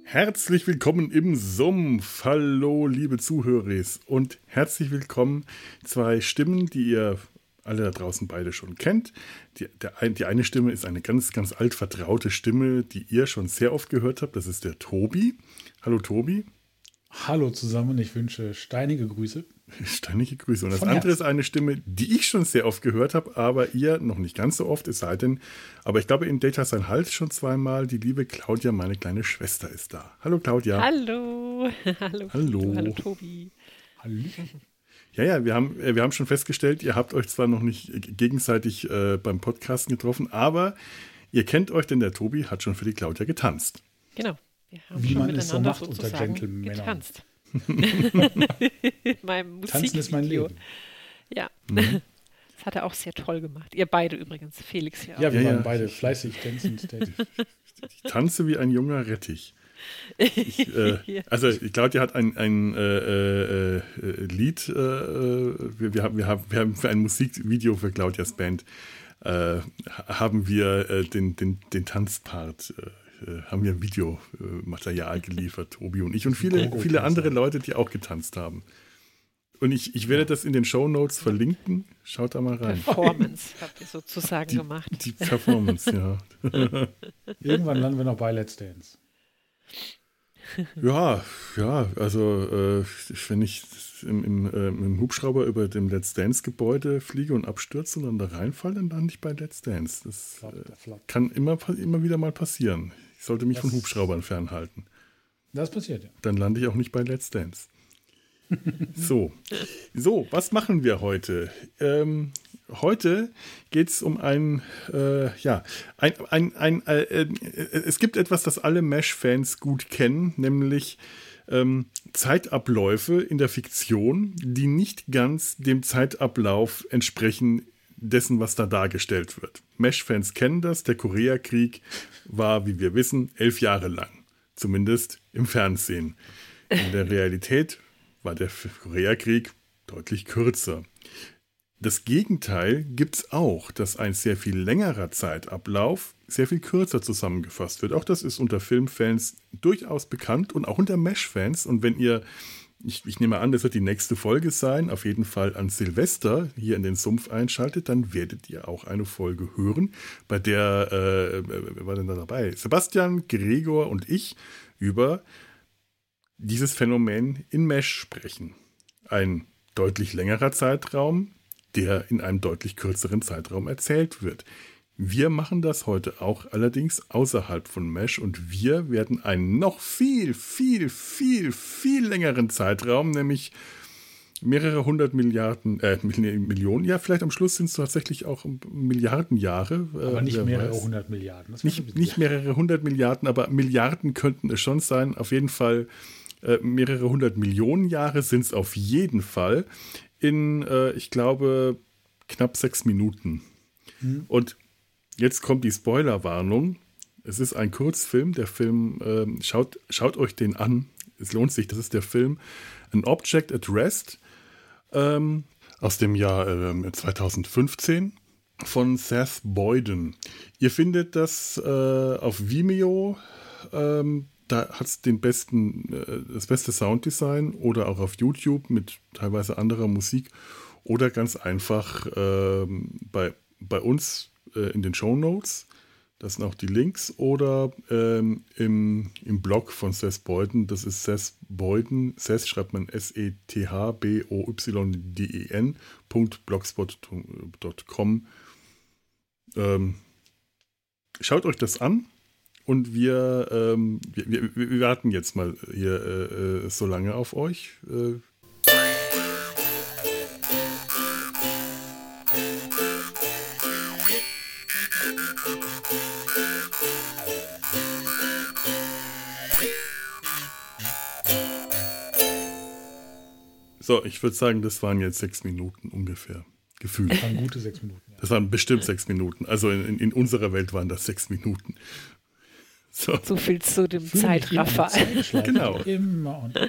Herzlich willkommen im Sumpf. Hallo, liebe Zuhörer, und herzlich willkommen. Zwei Stimmen, die ihr alle da draußen beide schon kennt. Die eine Stimme ist eine ganz, ganz altvertraute Stimme, die ihr schon sehr oft gehört habt. Das ist der Tobi. Hallo, Tobi. Hallo zusammen, ich wünsche steinige Grüße. Steinige Grüße. Und das andere ist eine Stimme, die ich schon sehr oft gehört habe, aber ihr noch nicht ganz so oft, es sei denn, aber ich glaube, in Data sein Hals schon zweimal. Die liebe Claudia, meine kleine Schwester, ist da. Hallo, Claudia. Hallo. Hallo. Hallo, Tobi. Hallo. Ja, wir haben schon festgestellt, ihr habt euch zwar noch nicht gegenseitig beim Podcasten getroffen, aber ihr kennt euch, denn der Tobi hat schon für die Claudia getanzt. Genau. Wir haben Wie schon man es so miteinander macht unter Gentlemännern. getanzt. In meinem Musikvideo. Tanzen ist mein Leben. Ja, das hat er auch sehr toll gemacht. Ihr beide übrigens, Felix ja auch. Ja, wir waren beide fleißig tänzend tätig. Ich tanze wie ein junger Rettich. Also Claudia hat ein Lied, wir haben für ein Musikvideo für Claudias Band haben wir den Tanzpart haben wir Videomaterial geliefert, Tobi und ich und viele andere Leute, die auch getanzt haben. Und ich werde das in den Shownotes verlinken. Schaut da mal rein. Performance habt ihr sozusagen gemacht. Die Performance, ja. Irgendwann landen wir noch bei Let's Dance. Ja, also wenn ich im Hubschrauber über dem Let's Dance-Gebäude fliege und abstürze und dann da reinfalle, dann lande ich bei Let's Dance. Das kann immer wieder mal passieren. Ich sollte mich von Hubschraubern fernhalten. Das passiert, ja. Dann lande ich auch nicht bei Let's Dance. So, was machen wir heute? Heute geht es um es gibt etwas, das alle MASH-Fans gut kennen, nämlich Zeitabläufe in der Fiktion, die nicht ganz dem Zeitablauf entsprechen dessen, was da dargestellt wird. MASH-Fans kennen das. Der Koreakrieg war, wie wir wissen, 11 Jahre lang. Zumindest im Fernsehen. In der Realität war der Koreakrieg deutlich kürzer. Das Gegenteil gibt es auch, dass ein sehr viel längerer Zeitablauf sehr viel kürzer zusammengefasst wird. Auch das ist unter Filmfans durchaus bekannt und auch unter MASH-Fans. Und wenn ihr, ich nehme an, das wird die nächste Folge sein, auf jeden Fall an Silvester hier in den Sumpf einschaltet, dann werdet ihr auch eine Folge hören, bei der, wer war denn da dabei? Sebastian, Gregor und ich über dieses Phänomen in MASH sprechen. Ein deutlich längerer Zeitraum, der in einem deutlich kürzeren Zeitraum erzählt wird. Wir machen das heute auch allerdings außerhalb von MASH und wir werden einen noch viel längeren Zeitraum, nämlich mehrere 100 Millionen, ja, vielleicht am Schluss sind es tatsächlich auch Milliarden Jahre. Aber nicht mehrere 100 Milliarden. Nicht mehrere 100 Milliarden, aber Milliarden könnten es schon sein. Auf jeden Fall mehrere 100 Millionen Jahre sind es auf jeden Fall in, ich glaube, knapp 6 Minuten. Und jetzt kommt die Spoilerwarnung. Es ist ein Kurzfilm. Der Film, schaut euch den an. Es lohnt sich. Das ist der Film An Object at Rest aus dem Jahr 2015 von Seth Boyden. Ihr findet das auf Vimeo. Da hat es das beste Sounddesign oder auch auf YouTube mit teilweise anderer Musik oder ganz einfach bei uns in den Shownotes. Das sind auch die Links oder im Blog von Seth Boyden. Das ist Seth Boyden. Seth schreibt man SETHBOYDEN.blogspot.com. Schaut euch das an. Und wir warten jetzt mal hier so lange auf euch. So, ich würde sagen, das waren jetzt 6 Minuten ungefähr. Gefühlt. Das waren gute 6 Minuten. Ja. Das waren bestimmt 6 Minuten. Also in unserer Welt waren das 6 Minuten. So viel zu dem Zeitraffer. Genau. Immer und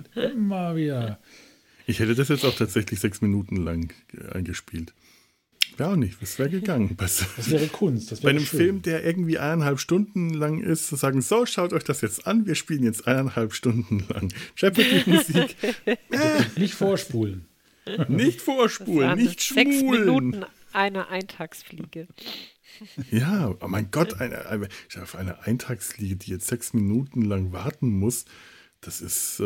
immer wieder. Ich hätte das jetzt auch tatsächlich 6 Minuten lang eingespielt. Wäre auch nicht, das wäre gegangen. Das wäre Kunst. Das Bei wäre einem schön. Film, der irgendwie 1,5 Stunden lang ist, zu sagen, so, schaut euch das jetzt an, wir spielen jetzt 1,5 Stunden lang Jeopardy-Musik. Nicht vorspulen. Nicht vorspulen, waren nicht 6 schmulen. Minuten einer Eintagsfliege. Ja, oh mein Gott, auf eine Eintagsfliege, die jetzt 6 Minuten lang warten muss, das ist,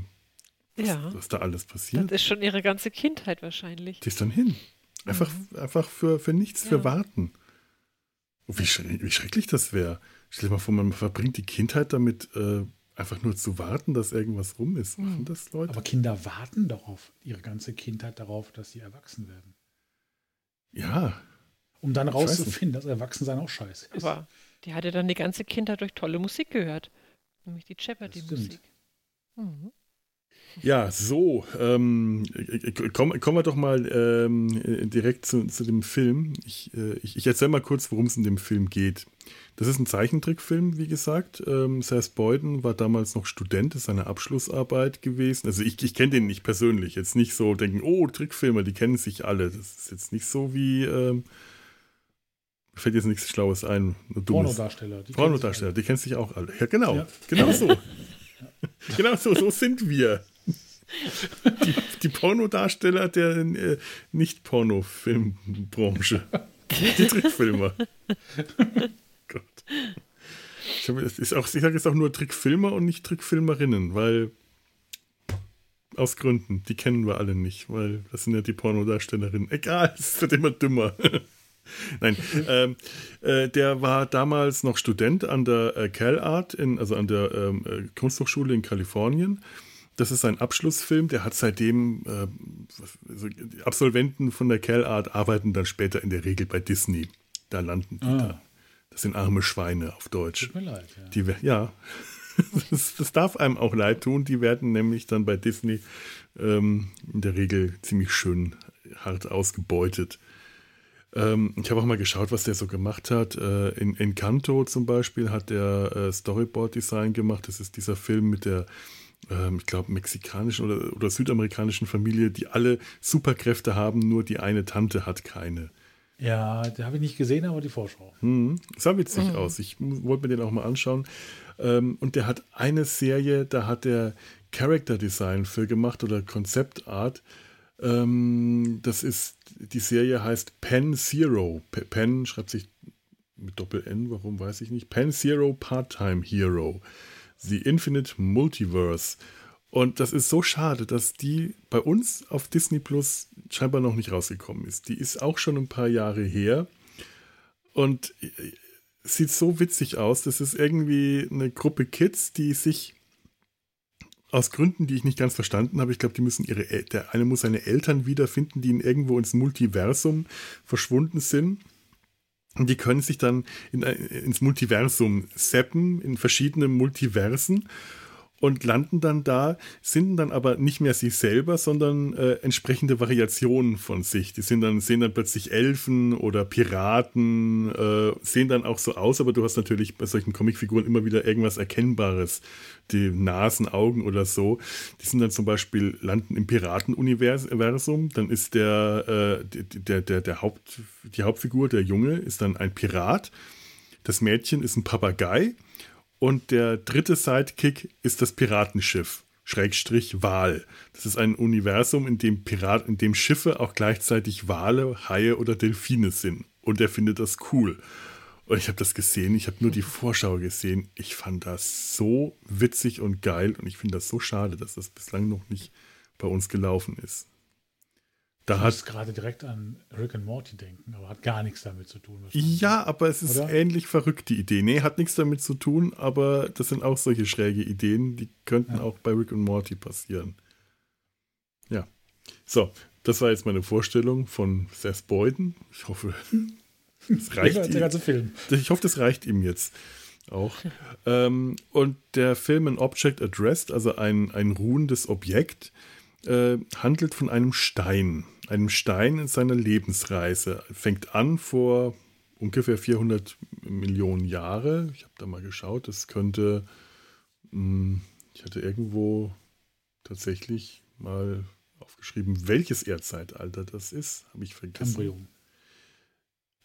Ja, was da alles das passiert. ist schon ihre ganze Kindheit wahrscheinlich. Die ist dann hin. Einfach für nichts, für Ja. Warten. Oh, wie schrecklich das wäre. Stell dir mal vor, man verbringt die Kindheit damit, einfach nur zu warten, dass irgendwas rum ist. Machen das Leute? Aber Kinder warten doch auf ihre ganze Kindheit darauf, dass sie erwachsen werden. Ja, Um dann Ich weiß rauszufinden, dass Erwachsensein auch scheiße ist. Aber die hatte dann die ganze Kindheit durch tolle Musik gehört. Nämlich die Jeopardy-Musik. Mhm. ja, so. Kommen wir doch mal direkt zu dem Film. Ich erzähle mal kurz, worum es in dem Film geht. Das ist ein Zeichentrickfilm, wie gesagt. Seth Boyden war damals noch Student, ist seine Abschlussarbeit gewesen. Also ich kenne den nicht persönlich. Jetzt nicht so denken, oh, Trickfilmer, die kennen sich alle. Das ist jetzt nicht so wie... mir fällt jetzt nichts Schlaues ein. Nur Dummes. Pornodarsteller. Die kennen sich auch alle. Ja, genau. Ja. Genau so. Genau so sind wir. Die Pornodarsteller der Nicht-Pornofilmbranche. Die Trickfilmer. Gott. Ich sage jetzt auch nur Trickfilmer und nicht Trickfilmerinnen, weil aus Gründen, die kennen wir alle nicht, weil das sind ja die Pornodarstellerinnen. Egal, es wird immer dümmer. Nein, der war damals noch Student an der CalArt, also an der Kunsthochschule in Kalifornien. Das ist sein Abschlussfilm. Der hat seitdem, also die Absolventen von der CalArt arbeiten dann später in der Regel bei Disney. Da landen die da. Das sind arme Schweine auf Deutsch. Tut mir leid. Ja. Ja, das darf einem auch leid tun. Die werden nämlich dann bei Disney in der Regel ziemlich schön hart ausgebeutet. Ich habe auch mal geschaut, was der so gemacht hat. In Encanto zum Beispiel hat der Storyboard-Design gemacht. Das ist dieser Film mit der, ich glaube, mexikanischen oder südamerikanischen Familie, die alle Superkräfte haben, nur die eine Tante hat keine. Ja, den habe ich nicht gesehen, aber die Vorschau. Sah witzig aus. Ich wollte mir den auch mal anschauen. Und der hat eine Serie, da hat der Character Design für gemacht oder Konzeptart. Das ist, die Serie heißt Pen Zero. Pen schreibt sich mit Doppel-N, warum weiß ich nicht. Pen Zero Part-Time Hero. The Infinite Multiverse. Und das ist so schade, dass die bei uns auf Disney Plus scheinbar noch nicht rausgekommen ist. Die ist auch schon ein paar Jahre her und sieht so witzig aus. Das ist irgendwie eine Gruppe Kids, die sich aus Gründen, die ich nicht ganz verstanden habe, ich glaube, die müssen der eine muss seine Eltern wiederfinden, die irgendwo ins Multiversum verschwunden sind. Und die können sich dann ins Multiversum zappen, in verschiedene Multiversen. Und landen dann da, sind dann aber nicht mehr sich selber, sondern entsprechende Variationen von sich. Die sehen dann plötzlich Elfen oder Piraten, sehen dann auch so aus, aber du hast natürlich bei solchen Comicfiguren immer wieder irgendwas Erkennbares. Die Nasen, Augen oder so. Die sind dann zum Beispiel, landen im Piratenuniversum, dann ist die Hauptfigur, der Junge, ist dann ein Pirat. Das Mädchen ist ein Papagei. Und der dritte Sidekick ist das Piratenschiff, Schrägstrich Wal. Das ist ein Universum, in dem Schiffe auch gleichzeitig Wale, Haie oder Delfine sind. Und er findet das cool. Und ich habe das gesehen, ich habe nur die Vorschau gesehen. Ich fand das so witzig und geil. Und ich finde das so schade, dass das bislang noch nicht bei uns gelaufen ist. Ich muss gerade direkt an Rick and Morty denken, aber hat gar nichts damit zu tun. Ja, aber es ist ähnlich verrückt, die Idee. Nee, hat nichts damit zu tun, aber das sind auch solche schräge Ideen, die könnten auch bei Rick and Morty passieren. Ja. So, das war jetzt meine Vorstellung von Seth Boyden. Ich hoffe, es reicht ihm. Der ganze Film. Ich hoffe, das reicht ihm jetzt auch. Und der Film An Object Addressed, also ein ruhendes Objekt, handelt von einem Stein in seiner Lebensreise. Fängt an vor ungefähr 400 Millionen Jahre. Ich habe da mal geschaut, das könnte, ich hatte irgendwo tatsächlich mal aufgeschrieben, welches Erdzeitalter das ist, habe ich vergessen. Cambrium.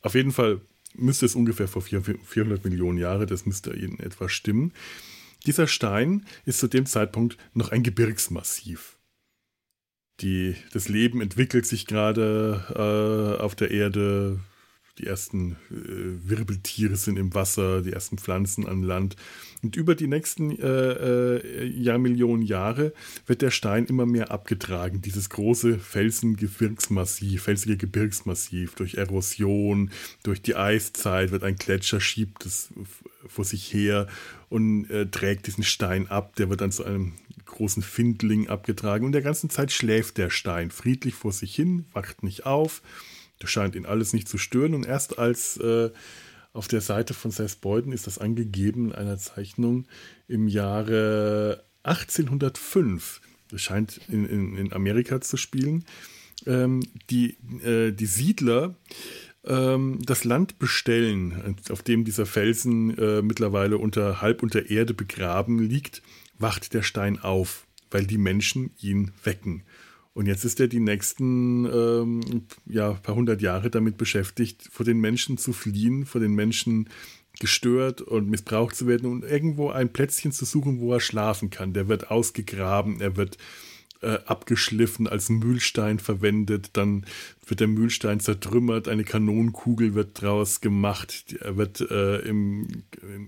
auf jeden Fall müsste es ungefähr vor 400 Millionen Jahren, das müsste in etwa stimmen. Dieser Stein ist zu dem Zeitpunkt noch ein Gebirgsmassiv. Das Leben entwickelt sich gerade auf der Erde. Die ersten Wirbeltiere sind im Wasser, die ersten Pflanzen an Land. Und über die nächsten Millionen Jahre wird der Stein immer mehr abgetragen. Dieses große felsige Gebirgsmassiv durch Erosion, durch die Eiszeit wird ein Gletscher, schiebt es vor sich her und trägt diesen Stein ab. Der wird dann zu einem großen Findling abgetragen. Und der ganzen Zeit schläft der Stein friedlich vor sich hin, wacht nicht auf. Das scheint ihn alles nicht zu stören. Und erst als auf der Seite von Seth Boyden ist das angegeben in einer Zeichnung im Jahre 1805. Das scheint in Amerika zu spielen. Die Siedler das Land bestellen, auf dem dieser Felsen mittlerweile halb unter Erde begraben liegt, wacht der Stein auf, weil die Menschen ihn wecken. Und jetzt ist er die nächsten paar hundert Jahre damit beschäftigt, vor den Menschen zu fliehen, vor den Menschen gestört und missbraucht zu werden und irgendwo ein Plätzchen zu suchen, wo er schlafen kann. Der wird ausgegraben, er wird abgeschliffen, als Mühlstein verwendet, dann wird der Mühlstein zertrümmert, eine Kanonenkugel wird draus gemacht, er wird im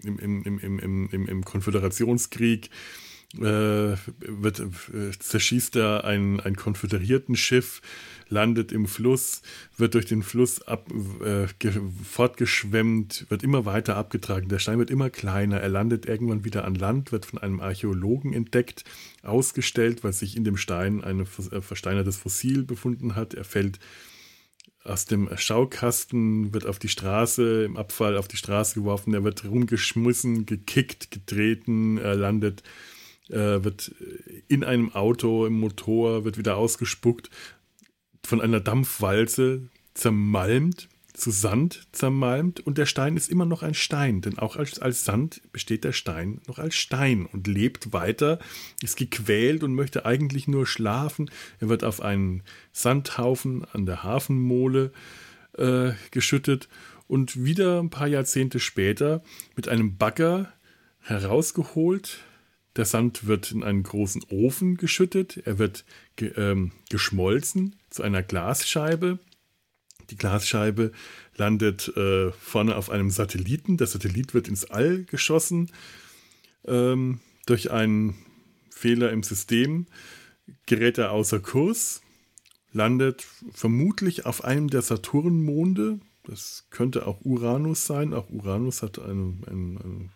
Konföderationskrieg zerschießt er ein Konföderiertenschiff, landet im Fluss, wird durch den Fluss fortgeschwemmt, wird immer weiter abgetragen. Der Stein wird immer kleiner. Er landet irgendwann wieder an Land, wird von einem Archäologen entdeckt, ausgestellt, weil sich in dem Stein ein versteinertes Fossil befunden hat. Er fällt aus dem Schaukasten, wird auf die Straße, im Abfall auf die Straße geworfen. Er wird rumgeschmissen, gekickt, getreten, er landet wird in einem Auto, im Motor, wird wieder ausgespuckt, von einer Dampfwalze zermalmt, zu Sand zermalmt und der Stein ist immer noch ein Stein, denn auch als Sand besteht der Stein noch als Stein und lebt weiter, ist gequält und möchte eigentlich nur schlafen. Er wird auf einen Sandhaufen an der Hafenmole geschüttet und wieder ein paar Jahrzehnte später mit einem Bagger herausgeholt. Der Sand wird in einen großen Ofen geschüttet, er wird geschmolzen zu einer Glasscheibe. Die Glasscheibe landet vorne auf einem Satelliten. Der Satellit wird ins All geschossen. Durch einen Fehler im System gerät er außer Kurs, landet vermutlich auf einem der Saturnmonde. Das könnte auch Uranus sein. Auch Uranus hat einen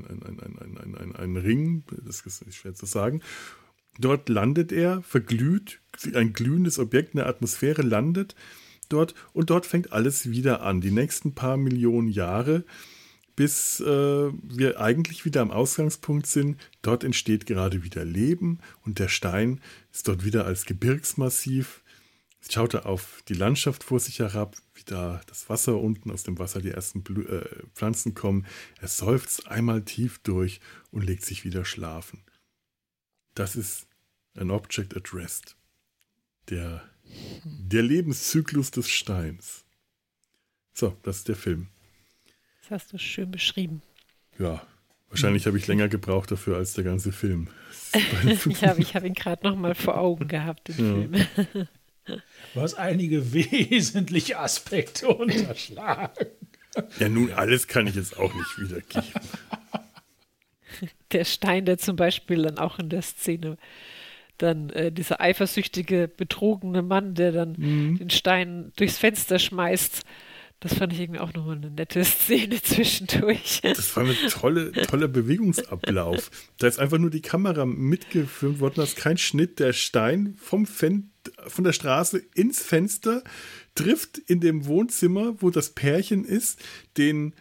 Ring, das ist schwer zu sagen. Dort landet er, verglüht, ein glühendes Objekt in der Atmosphäre landet dort und dort fängt alles wieder an. Die nächsten paar Millionen Jahre, bis wir eigentlich wieder am Ausgangspunkt sind. Dort entsteht gerade wieder Leben und der Stein ist dort wieder als Gebirgsmassiv. Jetzt schaut er auf die Landschaft vor sich herab, wie da das Wasser unten, aus dem Wasser die ersten Pflanzen kommen. Er seufzt einmal tief durch und legt sich wieder schlafen. Das ist ein Object at Rest. Der Lebenszyklus des Steins. So, das ist der Film. Das hast du schön beschrieben. Ja, wahrscheinlich habe ich länger gebraucht dafür als der ganze Film. Ich habe ihn gerade noch mal vor Augen gehabt, den Film. Du hast einige wesentliche Aspekte unterschlagen. Ja, nun, alles kann ich jetzt auch nicht wiedergeben. Der Stein, der zum Beispiel dann auch in der Szene dann dieser eifersüchtige, betrogene Mann, der dann den Stein durchs Fenster schmeißt. Das fand ich irgendwie auch nochmal eine nette Szene zwischendurch. Das war ein toller Bewegungsablauf. Da ist einfach nur die Kamera mitgefilmt worden, da ist kein Schnitt. Der Stein von der Straße ins Fenster trifft in dem Wohnzimmer, wo das Pärchen ist, den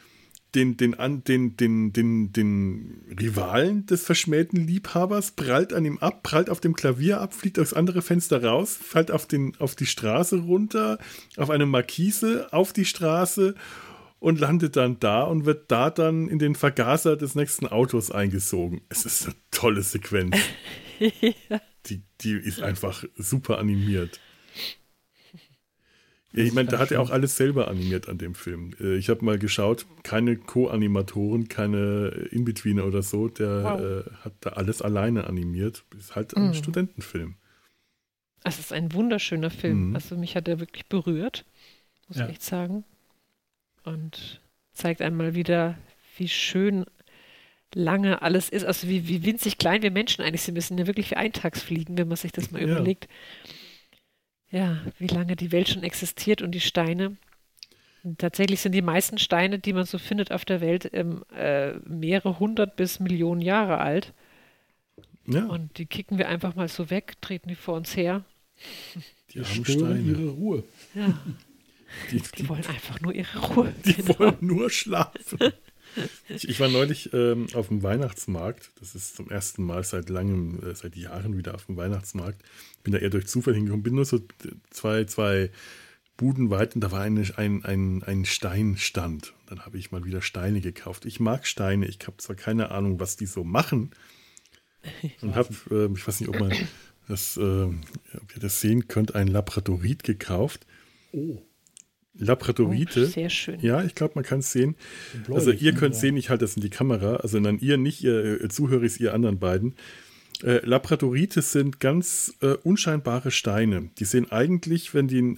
Rivalen des verschmähten Liebhabers, prallt an ihm ab, prallt auf dem Klavier ab, fliegt aufs andere Fenster raus, fällt auf die Straße runter, auf eine Markise, auf die Straße und landet dann da und wird da dann in den Vergaser des nächsten Autos eingesogen. Es ist eine tolle Sequenz. Die ist einfach super animiert. Ja, ich meine, da hat er auch alles selber animiert an dem Film. Ich habe mal geschaut, keine Co-Animatoren, keine In-Betweener oder so. Der hat da alles alleine animiert. Ist halt ein Studentenfilm. Es ist ein wunderschöner Film. Also mich hat er wirklich berührt, muss ich echt sagen. Und zeigt einmal wieder, wie schön lange alles ist. Also wie winzig klein wir Menschen eigentlich sind. Wir sind ja wirklich wie Eintagsfliegen, wenn man sich das mal überlegt. Ja, wie lange die Welt schon existiert und die Steine. Und tatsächlich sind die meisten Steine, die man so findet auf der Welt, mehrere hundert bis Millionen Jahre alt. Ja. Und die kicken wir einfach mal so weg, treten die vor uns her. Die armen Steine. Ihre Ruhe. Ja. Die wollen einfach nur ihre Ruhe. Die wollen nur schlafen. Ich war neulich auf dem Weihnachtsmarkt. Das ist zum ersten Mal seit langem, seit Jahren wieder auf dem Weihnachtsmarkt. Bin da eher durch Zufall hingekommen. Bin nur so zwei Buden weit und da war ein Steinstand. Dann habe ich mal wieder Steine gekauft. Ich mag Steine. Ich habe zwar keine Ahnung, was die so machen. Und habe, ich weiß nicht, ob ihr das sehen könnt, einen Labradorit gekauft. Oh. Labradorite. Sehr schön. Ja, ich glaube, man kann es sehen. Also ihr könnt sehen, ich halte das in die Kamera. Also dann ihr nicht, ihr Zuhörer, ihr anderen beiden. Labradorite sind ganz unscheinbare Steine. Die sehen eigentlich,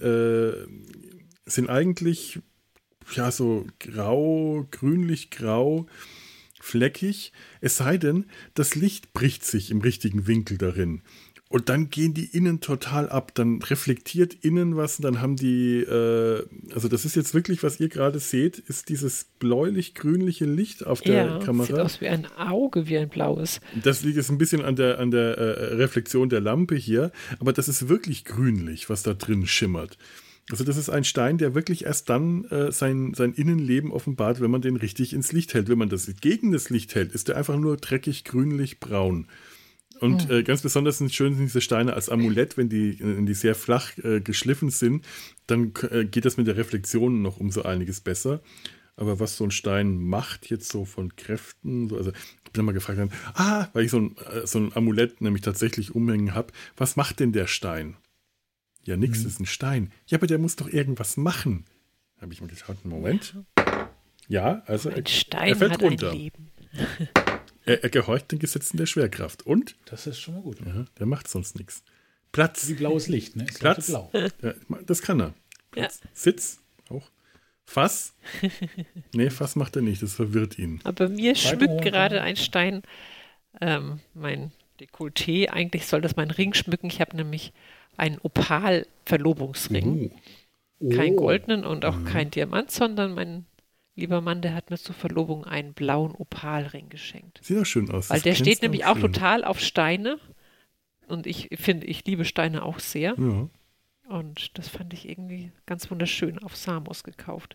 so grau, grünlich-grau, fleckig. Es sei denn, das Licht bricht sich im richtigen Winkel darin. Und dann gehen die innen total ab. Dann reflektiert innen was und dann haben die, also das ist jetzt wirklich, was ihr gerade seht, ist dieses bläulich-grünliche Licht auf der Kamera. Sieht aus wie ein Auge, wie ein blaues. Das liegt jetzt ein bisschen an der Reflexion der Lampe hier, aber das ist wirklich grünlich, was da drin schimmert. Also das ist ein Stein, der wirklich erst dann sein Innenleben offenbart, wenn man den richtig ins Licht hält. Wenn man das gegen das Licht hält, ist der einfach nur dreckig, grünlich, braun. Und ganz besonders schön sind diese Steine als Amulett, wenn die sehr flach geschliffen sind, dann geht das mit der Reflexion noch umso einiges besser. Aber was so ein Stein macht jetzt so von Kräften, also ich bin mal gefragt, weil ich so ein Amulett nämlich tatsächlich umhängen habe, was macht denn der Stein? Ja, nix, ist ein Stein. Ja, aber der muss doch irgendwas machen. Habe ich mal geschaut, Moment. Ja, also ein Stein er fällt hat runter. Ein Leben. Er gehorcht den Gesetzen der Schwerkraft. Und? Das ist schon mal gut. Ja, der macht sonst nichts. Platz. Wie blaues Licht, ne? Platz. Blau. Ja, das kann er. Platz. Ja. Sitz. Auch. Fass. Nee, Fass macht er nicht. Das verwirrt ihn. Aber mir schmückt gerade ein Stein mein Dekolleté. Eigentlich soll das mein Ring schmücken. Ich habe nämlich einen Opal-Verlobungsring. Kein goldenen und auch kein Diamant, sondern mein lieber Mann, der hat mir zur Verlobung einen blauen Opalring geschenkt. Sieht doch schön aus. Weil der steht nämlich auch total auf Steine. Und ich liebe Steine auch sehr. Ja. Und das fand ich irgendwie ganz wunderschön auf Samos gekauft.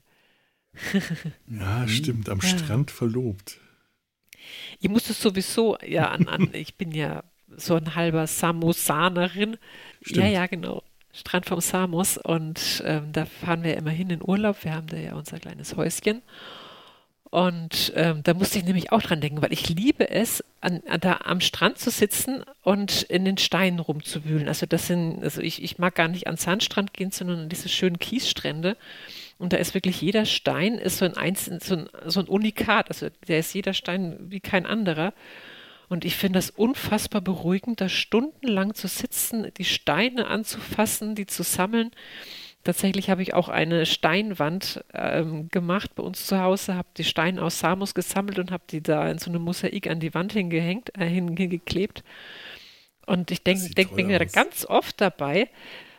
Ja, stimmt. Am Strand verlobt. Ich musste sowieso, ich bin ja so ein halber Samosanerin. Stimmt. Ja, genau. Strand vom Samos. Und da fahren wir immer hin in Urlaub. Wir haben da ja unser kleines Häuschen. Und da musste ich nämlich auch dran denken, weil ich liebe es, da am Strand zu sitzen und in den Steinen rumzuwühlen. Also ich mag gar nicht an Sandstrand gehen, sondern an diese schönen Kiesstrände. Und da ist wirklich jeder Stein ist so ein Unikat. Also der ist jeder Stein wie kein anderer. Und ich finde das unfassbar beruhigend, da stundenlang zu sitzen, die Steine anzufassen, die zu sammeln. Tatsächlich habe ich auch eine Steinwand gemacht bei uns zu Hause, habe die Steine aus Samos gesammelt und habe die da in so eine Mosaik an die Wand hingeklebt. Und ich denke mir da ganz oft dabei,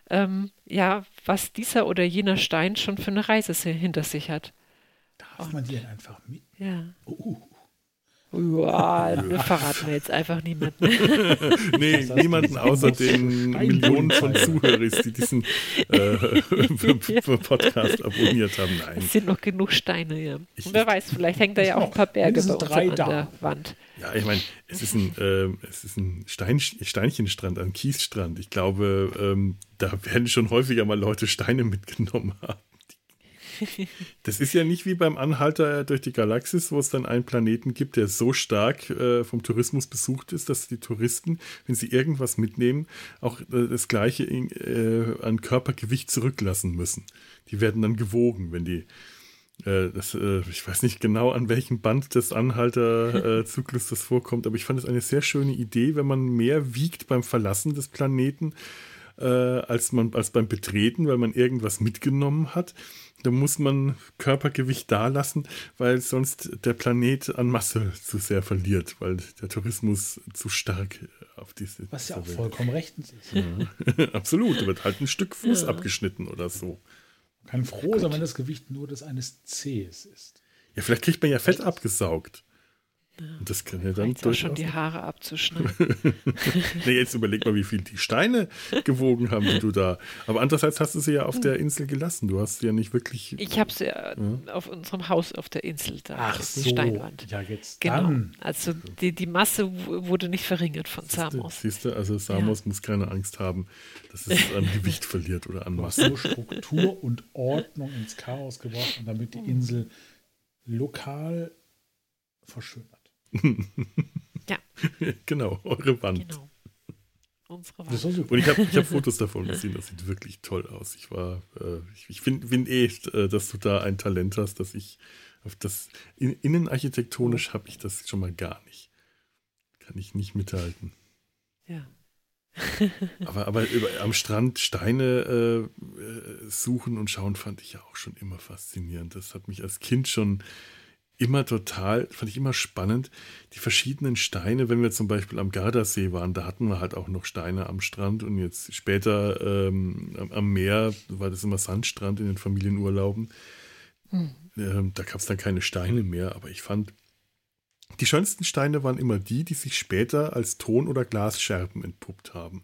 was dieser oder jener Stein schon für eine Reise hinter sich hat. Darf man die denn einfach mit? Ja. Ja, das verraten wir jetzt einfach niemanden. Nee, niemanden außer den Millionen von Zuhörern, die diesen Podcast abonniert haben. Nein. Es sind noch genug Steine, ja. Und wer weiß, vielleicht hängt da ja auch ein paar Berge bei uns an der Wand. Ja, ich meine, es ist ein Steinchenstrand, ein Kiesstrand. Ich glaube, da werden schon häufiger mal Leute Steine mitgenommen haben. Das ist ja nicht wie beim Anhalter durch die Galaxis, wo es dann einen Planeten gibt, der so stark vom Tourismus besucht ist, dass die Touristen, wenn sie irgendwas mitnehmen, auch das Gleiche an Körpergewicht zurücklassen müssen. Die werden dann gewogen, wenn die ich weiß nicht genau, an welchem Band des Anhalter-Zyklus das vorkommt, aber ich fand es eine sehr schöne Idee, wenn man mehr wiegt beim Verlassen des Planeten, als beim Betreten, weil man irgendwas mitgenommen hat. Da muss man Körpergewicht da lassen, weil sonst der Planet an Masse zu sehr verliert, weil der Tourismus zu stark auf diese... Was ja auch vollkommen rechtens ist. Ja. Absolut, da wird halt ein Stück Fuß abgeschnitten oder so. Man kann froh sein, wenn das Gewicht nur des eines Cs ist. Ja, vielleicht kriegt man ja Fett abgesaugt. Und das kann ja dann auch schon die Haare abzuschneiden. Nee, jetzt überleg mal, wie viel die Steine gewogen haben, die du da. Aber andererseits hast du sie ja auf der Insel gelassen. Du hast sie ja nicht wirklich. Ich habe sie auf unserem Haus auf der Insel da. Ach auf der so. Steinwand. Ja, jetzt Genau. dann. Also die Masse wurde nicht verringert von Samos. Siehst du, also Samos muss keine Angst haben, dass es an Gewicht verliert oder an Masse. Nur Struktur und Ordnung ins Chaos gebracht und damit die Insel lokal verschönert. Ja. Genau, eure Wand. Genau. Unsere Das Wand. war super. Und ich hab Fotos davon gesehen, das sieht wirklich toll aus. Ich finde dass du da ein Talent hast, dass ich auf das innenarchitektonisch habe ich das schon mal gar nicht. Kann ich nicht mithalten. Ja. Aber am Strand Steine suchen und schauen fand ich ja auch schon immer faszinierend. Das hat mich als Kind schon fand ich immer spannend, die verschiedenen Steine, wenn wir zum Beispiel am Gardasee waren, da hatten wir halt auch noch Steine am Strand und jetzt später am Meer war das immer Sandstrand in den Familienurlauben. Da gab es dann keine Steine mehr, aber ich fand, die schönsten Steine waren immer die sich später als Ton- oder Glasscherben entpuppt haben.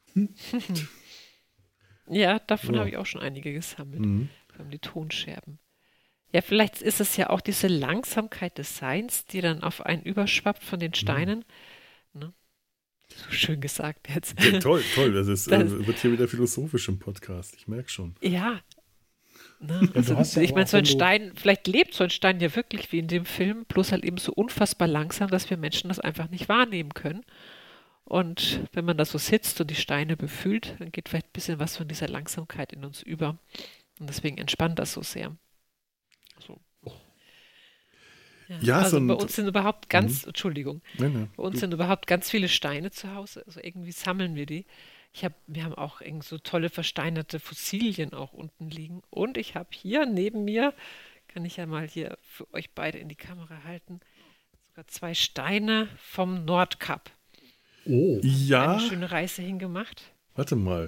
Ja, davon Ja. habe ich auch schon einige gesammelt. Mhm. Wir haben die Tonscherben. Ja, vielleicht ist es ja auch diese Langsamkeit des Seins, die dann auf einen überschwappt von den Steinen. Ne? So schön gesagt jetzt. Ja, toll. Das Das- wird hier wieder philosophisch im Podcast. Ich merke schon. Ja. Ne? Also, hast ja ich aber meine, auch, so ein wenn du- Stein, vielleicht lebt so ein Stein ja wirklich wie in dem Film, bloß halt eben so unfassbar langsam, dass wir Menschen das einfach nicht wahrnehmen können. Und wenn man da so sitzt und die Steine befühlt, dann geht vielleicht ein bisschen was von dieser Langsamkeit in uns über. Und deswegen entspannt das so sehr. So. Ja, also so ein- bei uns sind überhaupt Entschuldigung, Nein. bei uns sind überhaupt ganz viele Steine zu Hause. Also irgendwie sammeln wir die. Wir haben auch irgend so tolle versteinerte Fossilien auch unten liegen. Und ich habe hier neben mir, kann ich ja mal hier für euch beide in die Kamera halten, sogar 2 Steine vom Nordkap. Oh, Ja, Eine schöne Reise hingemacht. warte mal.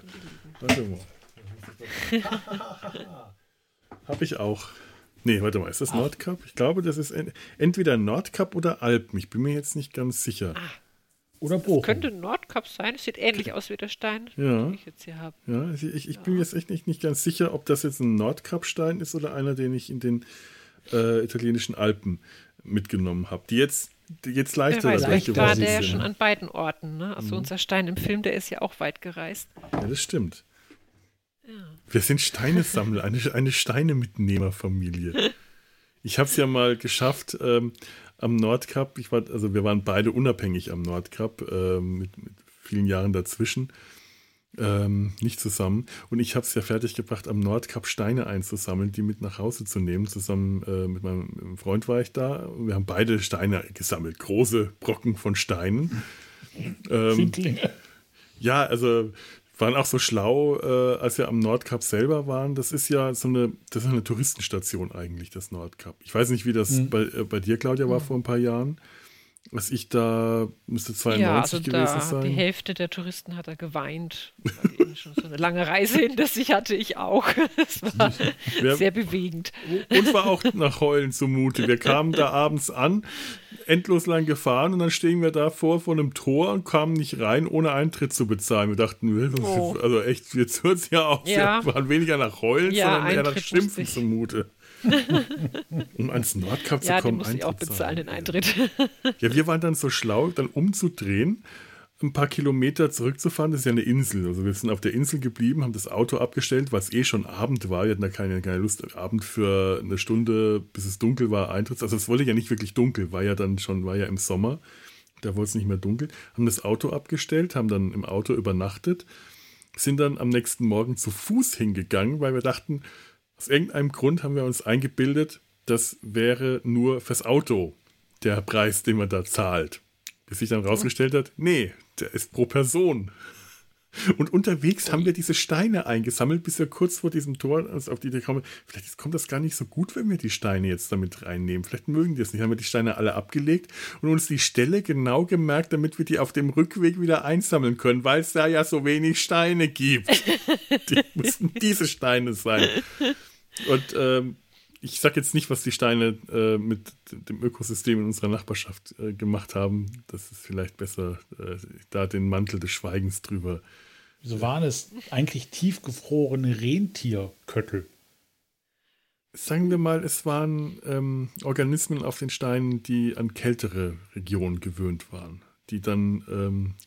Habe ich auch. Nee, warte mal, ist das Nordkap? Ich glaube, das ist entweder Nordkap oder Alpen. Ich bin mir jetzt nicht ganz sicher. oder Bochum. Könnte Nordkap sein. Es sieht ähnlich aus wie der Stein, Ja. den ich jetzt hier habe. Ja, ich bin mir jetzt echt nicht ganz sicher, ob das jetzt ein Nordkapstein ist oder einer, den ich in den italienischen Alpen mitgenommen habe. Die jetzt Wer leichter weiß, dadurch vielleicht war geworden der ja sind. schon an beiden Orten. Ne? Also unser Stein im Film, der ist ja auch weit gereist. Ja, das stimmt. Wir sind Steinesammler, eine Steinemitnehmerfamilie. Ich habe es ja mal geschafft am Nordkap. Wir waren beide unabhängig am Nordkap mit vielen Jahren dazwischen. Nicht zusammen. Und ich habe es ja fertiggebracht, am Nordkap Steine einzusammeln, die mit nach Hause zu nehmen. Zusammen mit meinem Freund war ich da. Und wir haben beide Steine gesammelt. Große Brocken von Steinen. Findlinge. Ja, also waren auch so schlau, als wir am Nordkap selber waren. Das ist ja das ist eine Touristenstation eigentlich, das Nordkap. Ich weiß nicht, wie das bei dir, Claudia, war vor ein paar Jahren. Was ich da, müsste 92 Ja, also gewesen da sein. die Hälfte der Touristen hat da geweint, weil die eben schon so eine lange Reise hinter sich hatte, ich auch. Es war sehr bewegend. Und war auch nach Heulen zumute. Wir kamen da abends an, endlos lang gefahren und dann stehen wir da vor einem Tor und kamen nicht rein, ohne Eintritt zu bezahlen. Wir dachten, also echt, jetzt hört es ja auf. Ja. Wir waren weniger nach Heulen, Ja, sondern eher nach Eintritt Schimpfen musste ich. zumute. Um ans Nordkap zu Ja, den kommen, muss ich auch bezahlen, den Eintritt. Ja, wir waren dann so schlau, dann umzudrehen ein paar Kilometer zurückzufahren. Das ist ja eine Insel. Also wir sind auf der Insel geblieben, haben das Auto abgestellt, weil es schon Abend war. Wir hatten da keine Lust, Abend für eine Stunde, bis es dunkel war, Eintritt. Also es wurde ja nicht wirklich dunkel, war ja im Sommer. Da wurde es nicht mehr dunkel. Haben das Auto abgestellt, haben dann im Auto übernachtet, sind dann am nächsten Morgen zu Fuß hingegangen, weil wir dachten, aus irgendeinem Grund haben wir uns eingebildet, das wäre nur fürs Auto der Preis, den man da zahlt. Bis sich dann rausgestellt hat, nee, der ist pro Person. Und unterwegs haben wir diese Steine eingesammelt, bis wir kurz vor diesem Tor auf die Idee kommen, vielleicht kommt das gar nicht so gut, wenn wir die Steine jetzt damit reinnehmen. Vielleicht mögen die es nicht. Haben wir die Steine alle abgelegt und uns die Stelle genau gemerkt, damit wir die auf dem Rückweg wieder einsammeln können, weil es da ja so wenig Steine gibt. Die mussten diese Steine sein. Und ich sage jetzt nicht, was die Steine mit dem Ökosystem in unserer Nachbarschaft gemacht haben. Das ist vielleicht besser, da den Mantel des Schweigens drüber. So waren es eigentlich tiefgefrorene Rentierköttel. Sagen wir mal, es waren Organismen auf den Steinen, die an kältere Regionen gewöhnt waren. Die dann,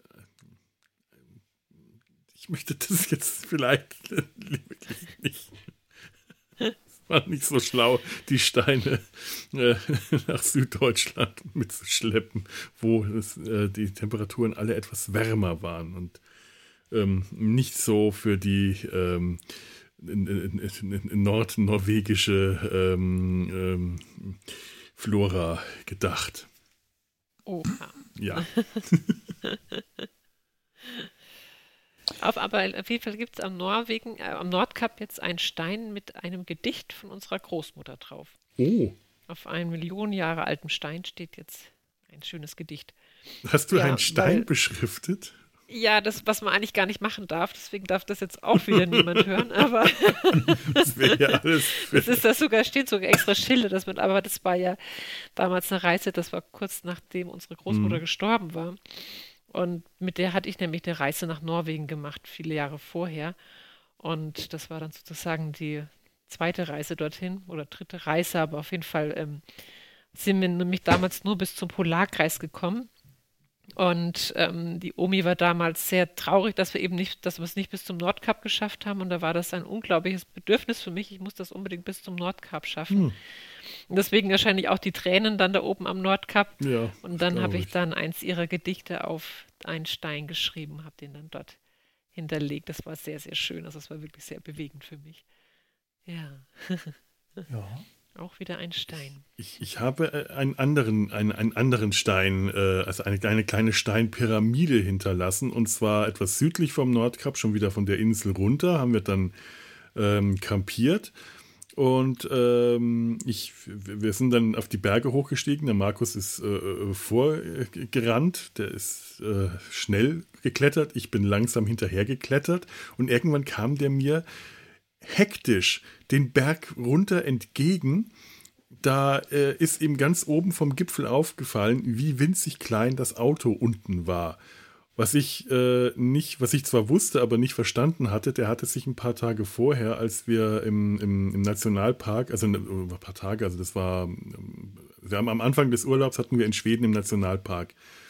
ich möchte das jetzt vielleicht wirklich nicht. War nicht so schlau, die Steine nach Süddeutschland mitzuschleppen, wo die Temperaturen alle etwas wärmer waren und nicht so für die nordnorwegische Flora gedacht. Oha. Ja. Aber auf jeden Fall gibt es am Nordkap jetzt einen Stein mit einem Gedicht von unserer Großmutter drauf. Oh. Auf einem Millionen Jahre alten Stein steht jetzt ein schönes Gedicht. Hast du einen Stein beschriftet? Ja, das, was man eigentlich gar nicht machen darf, deswegen darf das jetzt auch wieder niemand hören, aber das wäre ja alles. Steht sogar extra Schilder, aber das war ja damals eine Reise, das war kurz nachdem unsere Großmutter gestorben war. Und mit der hatte ich nämlich eine Reise nach Norwegen gemacht, viele Jahre vorher. Und das war dann sozusagen die zweite Reise dorthin oder dritte Reise, aber auf jeden Fall sind wir nämlich damals nur bis zum Polarkreis gekommen. Und die Omi war damals sehr traurig, dass wir es nicht bis zum Nordkap geschafft haben. Und da war das ein unglaubliches Bedürfnis für mich. Ich muss das unbedingt bis zum Nordkap schaffen. Und deswegen wahrscheinlich auch die Tränen dann da oben am Nordkap. Ja, und dann habe ich dann eins ihrer Gedichte auf einen Stein geschrieben, habe den dann dort hinterlegt. Das war sehr, sehr schön. Also das war wirklich sehr bewegend für mich. Ja. Ja. Auch wieder ein Stein. Ich habe einen anderen Stein, also eine kleine Steinpyramide hinterlassen, und zwar etwas südlich vom Nordkap, schon wieder von der Insel runter, haben wir dann campiert. Und wir sind dann auf die Berge hochgestiegen. Der Markus ist vorgerannt, der ist schnell geklettert, ich bin langsam hinterher geklettert und irgendwann kam der mir hektisch den Berg runter entgegen. Da ist ihm ganz oben vom Gipfel aufgefallen, wie winzig klein das Auto unten war. Was ich zwar wusste, aber nicht verstanden hatte, der hatte sich ein paar Tage vorher, als wir im Nationalpark, also ein paar Tage, also das war, wir haben am Anfang des Urlaubs hatten wir in Schweden im Nationalpark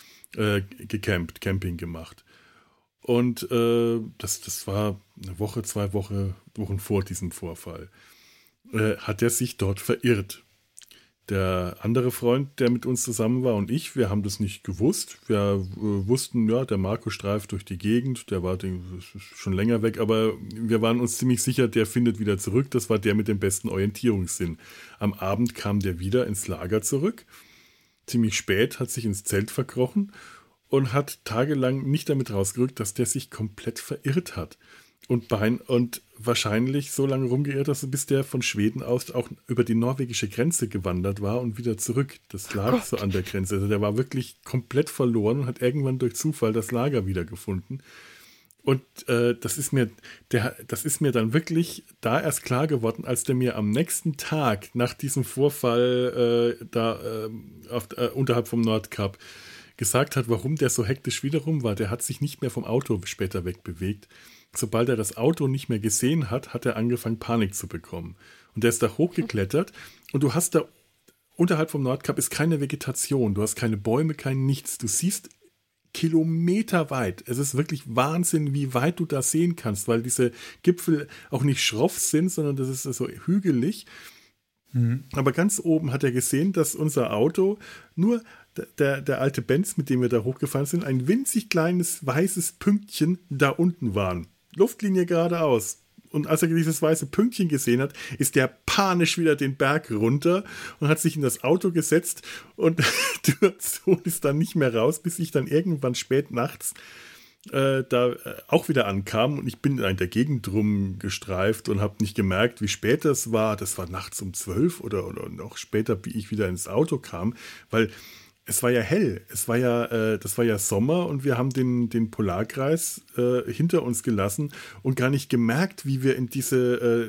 Camping gemacht. Und das war eine Woche, 2 Wochen vor diesem Vorfall. Hat er sich dort verirrt. Der andere Freund, der mit uns zusammen war, und ich, wir haben das nicht gewusst. Wir wussten, ja, der Marco streift durch die Gegend, das ist schon länger weg, aber wir waren uns ziemlich sicher, der findet wieder zurück. Das war der mit dem besten Orientierungssinn. Am Abend kam der wieder ins Lager zurück. Ziemlich spät, hat sich ins Zelt verkrochen und hat tagelang nicht damit rausgerückt, dass der sich komplett verirrt hat. Und wahrscheinlich so lange rumgeirrt, dass bis der von Schweden aus auch über die norwegische Grenze gewandert war und wieder zurück. Das lag so an der Grenze. Also der war wirklich komplett verloren und hat irgendwann durch Zufall das Lager wiedergefunden. Und das ist mir dann wirklich da erst klar geworden, als der mir am nächsten Tag nach diesem Vorfall unterhalb vom Nordkap gesagt hat, warum der so hektisch wiederum war. Der hat sich nicht mehr vom Auto später wegbewegt. Sobald er das Auto nicht mehr gesehen hat, hat er angefangen, Panik zu bekommen. Und der ist da hochgeklettert und du hast da, unterhalb vom Nordkap ist keine Vegetation, du hast keine Bäume, kein Nichts. Du siehst kilometerweit. Es ist wirklich Wahnsinn, wie weit du da sehen kannst, weil diese Gipfel auch nicht schroff sind, sondern das ist so hügelig. Aber ganz oben hat er gesehen, dass unser Auto nur der alte Benz, mit dem wir da hochgefahren sind, ein winzig kleines weißes Pünktchen da unten waren. Luftlinie geradeaus. Und als er dieses weiße Pünktchen gesehen hat, ist der panisch wieder den Berg runter und hat sich in das Auto gesetzt und die Station ist dann nicht mehr raus, bis ich dann irgendwann spät nachts auch wieder ankam und ich bin in der Gegend drum gestreift und habe nicht gemerkt, wie spät das war. Das war nachts um 12 oder noch später, wie ich wieder ins Auto kam, weil es war ja hell. Das war ja Sommer und wir haben den Polarkreis hinter uns gelassen und gar nicht gemerkt, wie wir in diese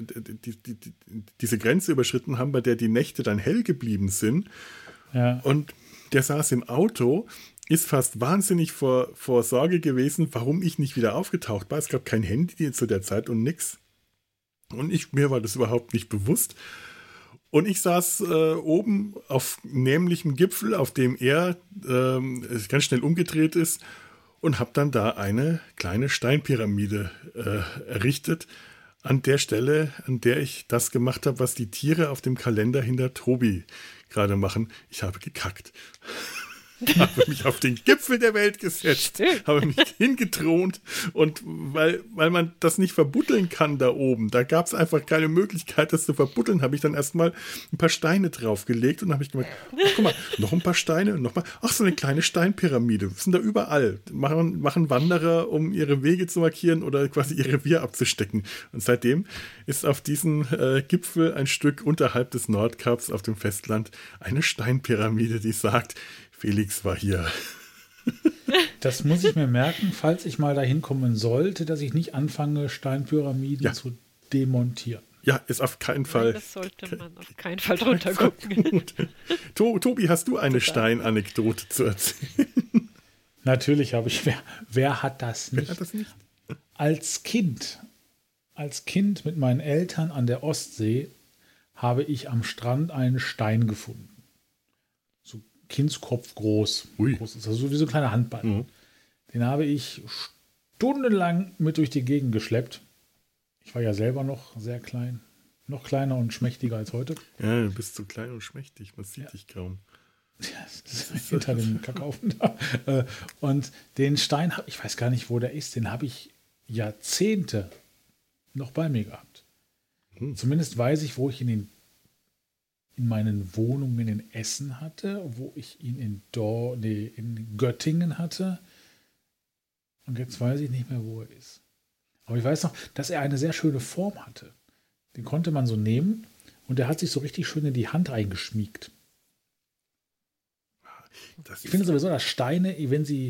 Grenze überschritten haben, bei der die Nächte dann hell geblieben sind. Ja. Und der saß im Auto, ist fast wahnsinnig vor Sorge gewesen, warum ich nicht wieder aufgetaucht war. Es gab kein Handy zu der Zeit und nix. Und mir war das überhaupt nicht bewusst. Und ich saß oben auf nämlichem Gipfel, auf dem er ganz schnell umgedreht ist und habe dann da eine kleine Steinpyramide errichtet. An der Stelle, an der ich das gemacht habe, was die Tiere auf dem Kalender hinter Tobi gerade machen. Ich habe gekackt. Habe mich auf den Gipfel der Welt gesetzt, habe mich hingethront und weil man das nicht verbuddeln kann da oben, da gab es einfach keine Möglichkeit, das zu verbuddeln, habe ich dann erstmal ein paar Steine draufgelegt und habe ich gemeint, guck mal, noch ein paar Steine, noch mal, ach, so eine kleine Steinpyramide, sind da überall, machen Wanderer, um ihre Wege zu markieren oder quasi ihr Revier abzustecken. Und seitdem ist auf diesem Gipfel ein Stück unterhalb des Nordkaps auf dem Festland eine Steinpyramide, die sagt, Felix war hier. Das muss ich mir merken, falls ich mal dahin kommen sollte, dass ich nicht anfange, Steinpyramiden zu demontieren. Ja, ist auf keinen Fall. Das sollte man auf keinen Fall drunter gucken. Tobi, hast du eine Steinanekdote zu erzählen? Natürlich habe ich. Wer hat das nicht? Wer hat das nicht? Als Kind mit meinen Eltern an der Ostsee habe ich am Strand einen Stein gefunden. Kindskopf groß. Das ist also wie so ein kleiner Handball. Mhm. Den habe ich stundenlang mit durch die Gegend geschleppt. Ich war ja selber noch sehr klein. Noch kleiner und schmächtiger als heute. Ja, du bist so klein und schmächtig. Man sieht dich kaum. Ja, das ist hinter dem Kakaufen da. Und den Stein, ich weiß gar nicht, wo der ist, den habe ich Jahrzehnte noch bei mir gehabt. Zumindest weiß ich, wo ich ihn in meinen Wohnungen in Essen hatte, wo ich ihn in Göttingen hatte. Und jetzt weiß ich nicht mehr, wo er ist. Aber ich weiß noch, dass er eine sehr schöne Form hatte. Den konnte man so nehmen und der hat sich so richtig schön in die Hand eingeschmiegt. Ich finde sowieso, dass Steine, wenn sie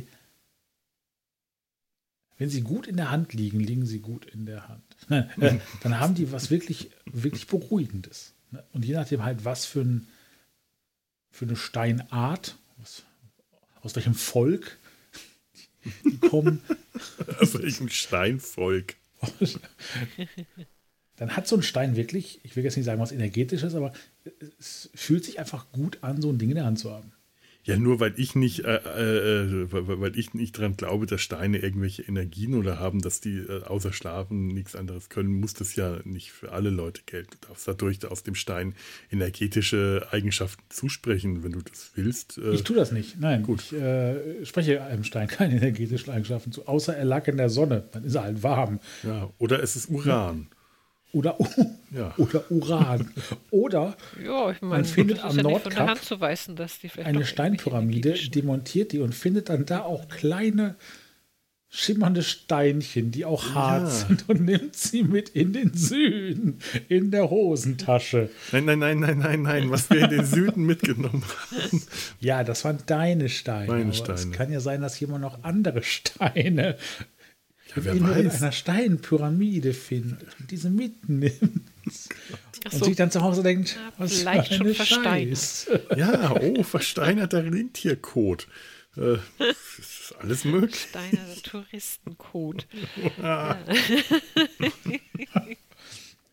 gut in der Hand liegen, liegen sie gut in der Hand. Nein, dann haben die was wirklich, wirklich Beruhigendes. Und je nachdem halt, was für eine Steinart, aus welchem Volk die kommen. Aus welchem Steinvolk? Dann hat so ein Stein wirklich, ich will jetzt nicht sagen, was Energetisches, aber es fühlt sich einfach gut an, so ein Ding in der Hand zu haben. Ja, nur weil ich nicht dran glaube, dass Steine irgendwelche Energien oder haben, dass die außer Schlafen nichts anderes können, muss das ja nicht für alle Leute gelten. Du darfst dadurch aus dem Stein energetische Eigenschaften zusprechen, wenn du das willst. Ich tue das nicht, nein. Gut. Ich spreche einem Stein keine energetischen Eigenschaften zu, außer er lag in der Sonne, dann ist er halt warm. Ja, oder es ist Uran. Oder Uran. Oder man findet am Nordkap eine Steinpyramide, demontiert die und findet dann da auch kleine schimmernde Steinchen, die auch hart sind und nimmt sie mit in den Süden, in der Hosentasche. Nein, was wir in den Süden mitgenommen haben. Ja, das waren deine Steine. Meine Steine. Es kann ja sein, dass jemand noch andere Steine wer in weiß. einer Steinpyramide findet und diese mitnimmt. Und sich dann zu Hause denkt, was vielleicht schon Scheiß. Ja, versteinerter Rentierkot. Das ist alles möglich. Versteinerter Touristenkot. Ja.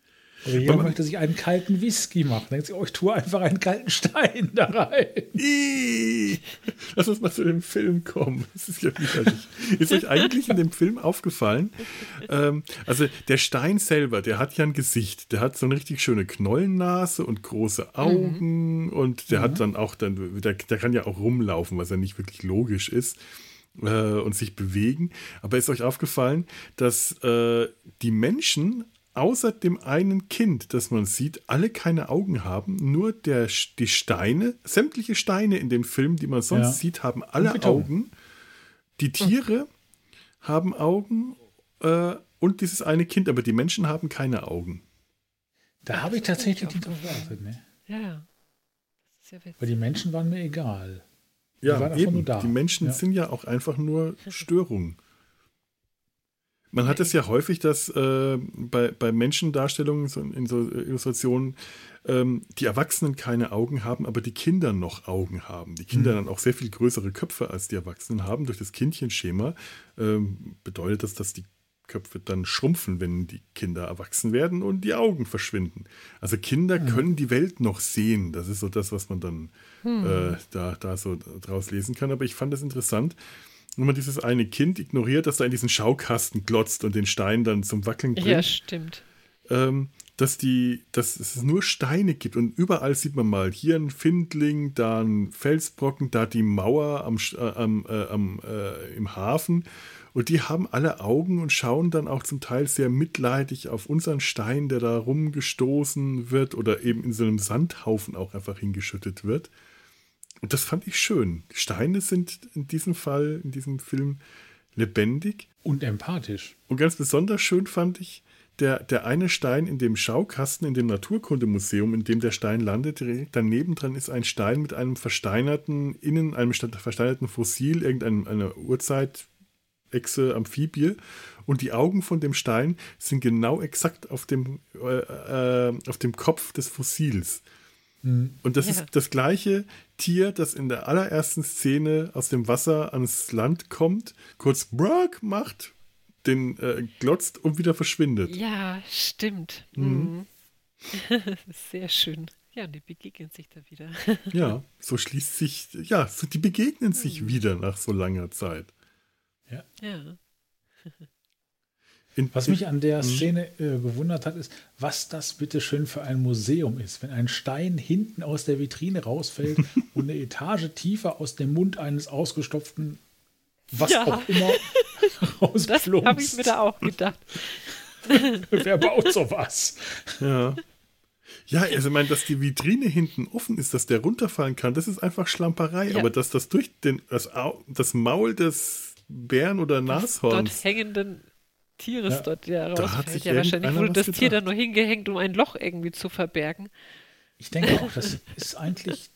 Oder jemand möchte sich einen kalten Whisky machen. Denkt sich, ich tue einfach einen kalten Stein da rein. Lass uns mal zu dem Film kommen. Das ist ja widerlich. Ist euch eigentlich in dem Film aufgefallen? Also der Stein selber, der hat ja ein Gesicht. Der hat so eine richtig schöne Knollennase und große Augen. Und der hat dann auch, der kann ja auch rumlaufen, was ja nicht wirklich logisch ist. Und sich bewegen. Aber ist euch aufgefallen, dass die Menschen außer dem einen Kind, das man sieht, alle keine Augen haben, nur die Steine, sämtliche Steine in dem Film, die man sonst sieht, haben alle Augen. Die Tiere haben Augen und dieses eine Kind, aber die Menschen haben keine Augen. Da habe ich tatsächlich die drauf geachtet, ne? Ja. Das ist ja witzig. Weil die Menschen waren mir egal. Die Ja, waren einfach nur da. Die Menschen sind ja auch einfach nur Störungen. Man hat es ja häufig, dass bei Menschendarstellungen in so Illustrationen die Erwachsenen keine Augen haben, aber die Kinder noch Augen haben. Die Kinder dann auch sehr viel größere Köpfe als die Erwachsenen haben. Durch das Kindchenschema bedeutet das, dass die Köpfe dann schrumpfen, wenn die Kinder erwachsen werden und die Augen verschwinden. Also Kinder können die Welt noch sehen. Das ist so das, was man dann da so draus lesen kann. Aber ich fand das interessant, wenn man dieses eine Kind ignoriert, das da in diesen Schaukasten glotzt und den Stein dann zum Wackeln bringt. Ja, stimmt. Dass es nur Steine gibt und überall sieht man mal hier ein Findling, da ein Felsbrocken, da die Mauer im Hafen und die haben alle Augen und schauen dann auch zum Teil sehr mitleidig auf unseren Stein, der da rumgestoßen wird oder eben in so einem Sandhaufen auch einfach hingeschüttet wird. Und das fand ich schön. Die Steine sind in diesem Fall, in diesem Film lebendig. Und empathisch. Und ganz besonders schön fand ich, der eine Stein in dem Schaukasten, in dem Naturkundemuseum, in dem der Stein landet, direkt daneben dran ist ein Stein mit einem versteinerten Fossil, irgendeine Urzeitechse, Amphibie. Und die Augen von dem Stein sind genau exakt auf dem Kopf des Fossils. Und das ist das gleiche Tier, das in der allerersten Szene aus dem Wasser ans Land kommt, kurz Brock macht, den glotzt und wieder verschwindet. Ja, stimmt. Sehr schön. Ja, und die begegnen sich da wieder. Ja, so schließt sich, die begegnen sich wieder nach so langer Zeit. Ja. Was mich an der Szene gewundert hat, ist, was das bitte schön für ein Museum ist. Wenn ein Stein hinten aus der Vitrine rausfällt und eine Etage tiefer aus dem Mund eines ausgestopften, auch immer, rausplumpst. Das habe ich mir da auch gedacht. Wer baut sowas? Ja. Ja, also ich meine, dass die Vitrine hinten offen ist, dass der runterfallen kann, das ist einfach Schlamperei. Ja. Aber dass das durch das Maul des Bären oder Nashorns dort hängenden Tieres dort rausfällt. Da hat sich wahrscheinlich wurde das gedacht. Tier dann nur hingehängt, um ein Loch irgendwie zu verbergen. Ich denke auch, das ist eigentlich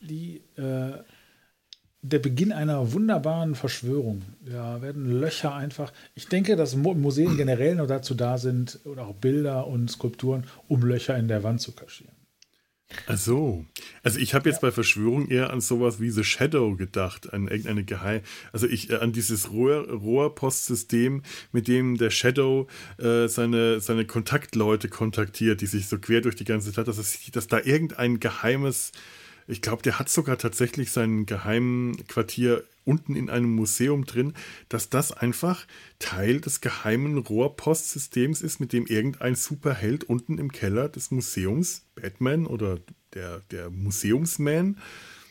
der Beginn einer wunderbaren Verschwörung. Da werden Löcher einfach. Ich denke, dass Museen generell nur dazu da sind, oder auch Bilder und Skulpturen, um Löcher in der Wand zu kaschieren. Ach so. Also ich habe jetzt bei Verschwörung eher an sowas wie The Shadow gedacht, an irgendeine also an dieses Rohrpostsystem, mit dem der Shadow seine Kontaktleute kontaktiert, die sich so quer durch die ganze Stadt, dass da irgendein geheimes, ich glaube, der hat sogar tatsächlich sein geheimen Quartier unten in einem Museum drin, dass das einfach Teil des geheimen Rohrpostsystems ist, mit dem irgendein Superheld unten im Keller des Museums, Batman oder der Museumsman,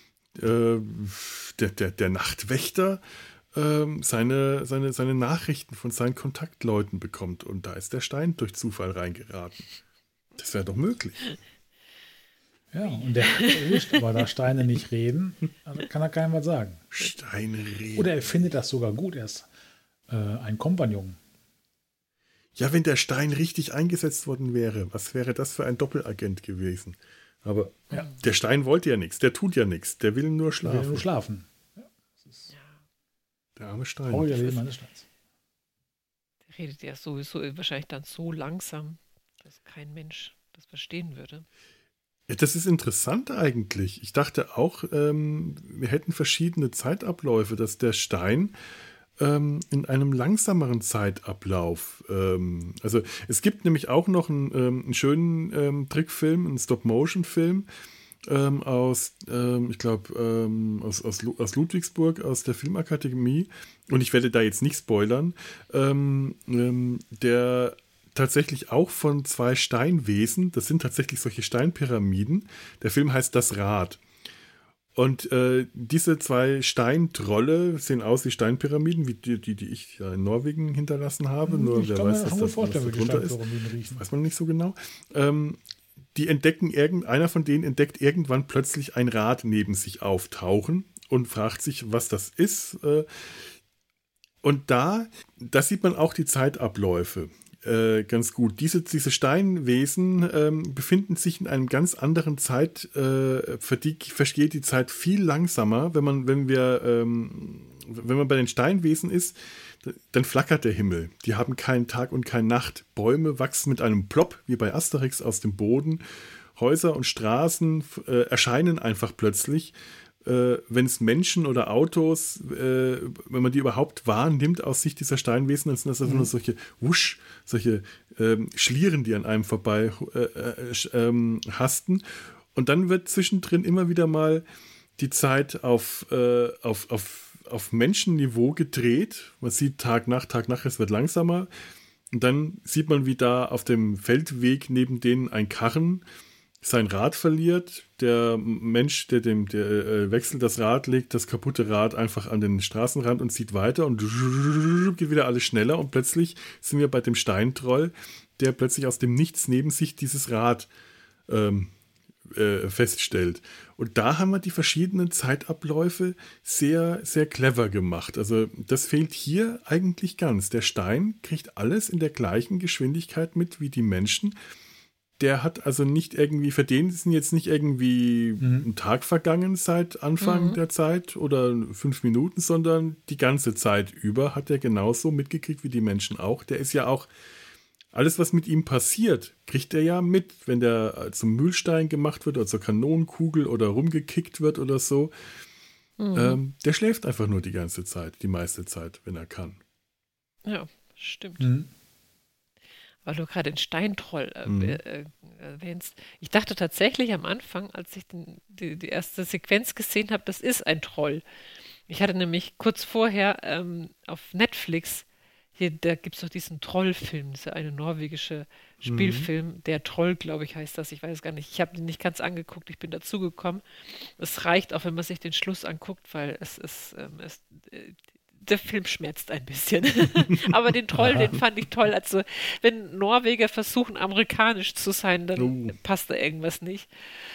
der Nachtwächter, seine Nachrichten von seinen Kontaktleuten bekommt. Und da ist der Stein durch Zufall reingeraten. Das wäre doch möglich. Ja, und der hat erwischt, aber da Steine nicht reden, also kann er keinem was sagen. Steine reden. Oder er findet das sogar gut, er ist ein Kompagnon. Ja, wenn der Stein richtig eingesetzt worden wäre, was wäre das für ein Doppelagent gewesen? Aber der Stein wollte ja nichts, der tut ja nichts, der will nur schlafen. Ja, das ist der arme Stein. Oh, der Leben eines Steins. Der redet ja sowieso wahrscheinlich dann so langsam, dass kein Mensch das verstehen würde. Ja, das ist interessant eigentlich. Ich dachte auch, wir hätten verschiedene Zeitabläufe, dass der Stein in einem langsameren Zeitablauf. Also es gibt nämlich auch noch einen schönen Trickfilm, einen Stop-Motion-Film ich glaube, aus Ludwigsburg, aus der Filmakademie. Und ich werde da jetzt nicht spoilern, der tatsächlich auch von 2 Steinwesen, das sind tatsächlich solche Steinpyramiden. Der Film heißt Das Rad. Und diese 2 Steintrolle sehen aus wie Steinpyramiden, wie die ich ja in Norwegen hinterlassen habe. Nur wer weiß, was darunter ist. Weiß man nicht so genau. Einer von denen entdeckt irgendwann plötzlich ein Rad neben sich auftauchen und fragt sich, was das ist. Und da sieht man auch die Zeitabläufe ganz gut. Diese Steinwesen befinden sich in einem ganz anderen für die vergeht die Zeit viel langsamer. Wenn man bei den Steinwesen ist, dann flackert der Himmel. Die haben keinen Tag und keine Nacht. Bäume wachsen mit einem Plopp, wie bei Asterix, aus dem Boden. Häuser und Straßen erscheinen einfach plötzlich. Wenn es Menschen oder Autos, wenn man die überhaupt wahrnimmt aus Sicht dieser Steinwesen, dann sind das einfach nur solche solche Schlieren, die an einem vorbei hasten. Und dann wird zwischendrin immer wieder mal die Zeit auf Menschenniveau gedreht. Man sieht Tag nach, es wird langsamer. Und dann sieht man, wie da auf dem Feldweg neben denen ein Karren sein Rad verliert. Der Mensch, der wechselt das Rad, legt das kaputte Rad einfach an den Straßenrand und zieht weiter und geht wieder alles schneller. Und plötzlich sind wir bei dem Steintroll, der plötzlich aus dem Nichts neben sich dieses Rad feststellt. Und da haben wir die verschiedenen Zeitabläufe sehr, sehr clever gemacht. Also das fehlt hier eigentlich ganz. Der Stein kriegt alles in der gleichen Geschwindigkeit mit wie die Menschen. Der hat also nicht irgendwie, für den sind jetzt nicht irgendwie ein Tag vergangen seit Anfang der Zeit oder 5 Minuten, sondern die ganze Zeit über hat er genauso mitgekriegt wie die Menschen auch. Der ist ja auch alles, was mit ihm passiert, kriegt er ja mit, wenn der zum Mühlstein gemacht wird oder zur Kanonenkugel oder rumgekickt wird oder so. Der schläft einfach nur die ganze Zeit, die meiste Zeit, wenn er kann. Ja, stimmt. Weil du gerade den Steintroll erwähnst. Ich dachte tatsächlich am Anfang, als ich die erste Sequenz gesehen habe, das ist ein Troll. Ich hatte nämlich kurz vorher auf Netflix da gibt es doch diesen Trollfilm, das ist ja eine norwegische Spielfilm, der Troll, glaube ich, heißt das, ich weiß es gar nicht. Ich habe den nicht ganz angeguckt, ich bin dazugekommen. Es reicht auch, wenn man sich den Schluss anguckt, weil der Film schmerzt ein bisschen. Aber den Troll, den fand ich toll. Also, wenn Norweger versuchen, amerikanisch zu sein, dann passt da irgendwas nicht.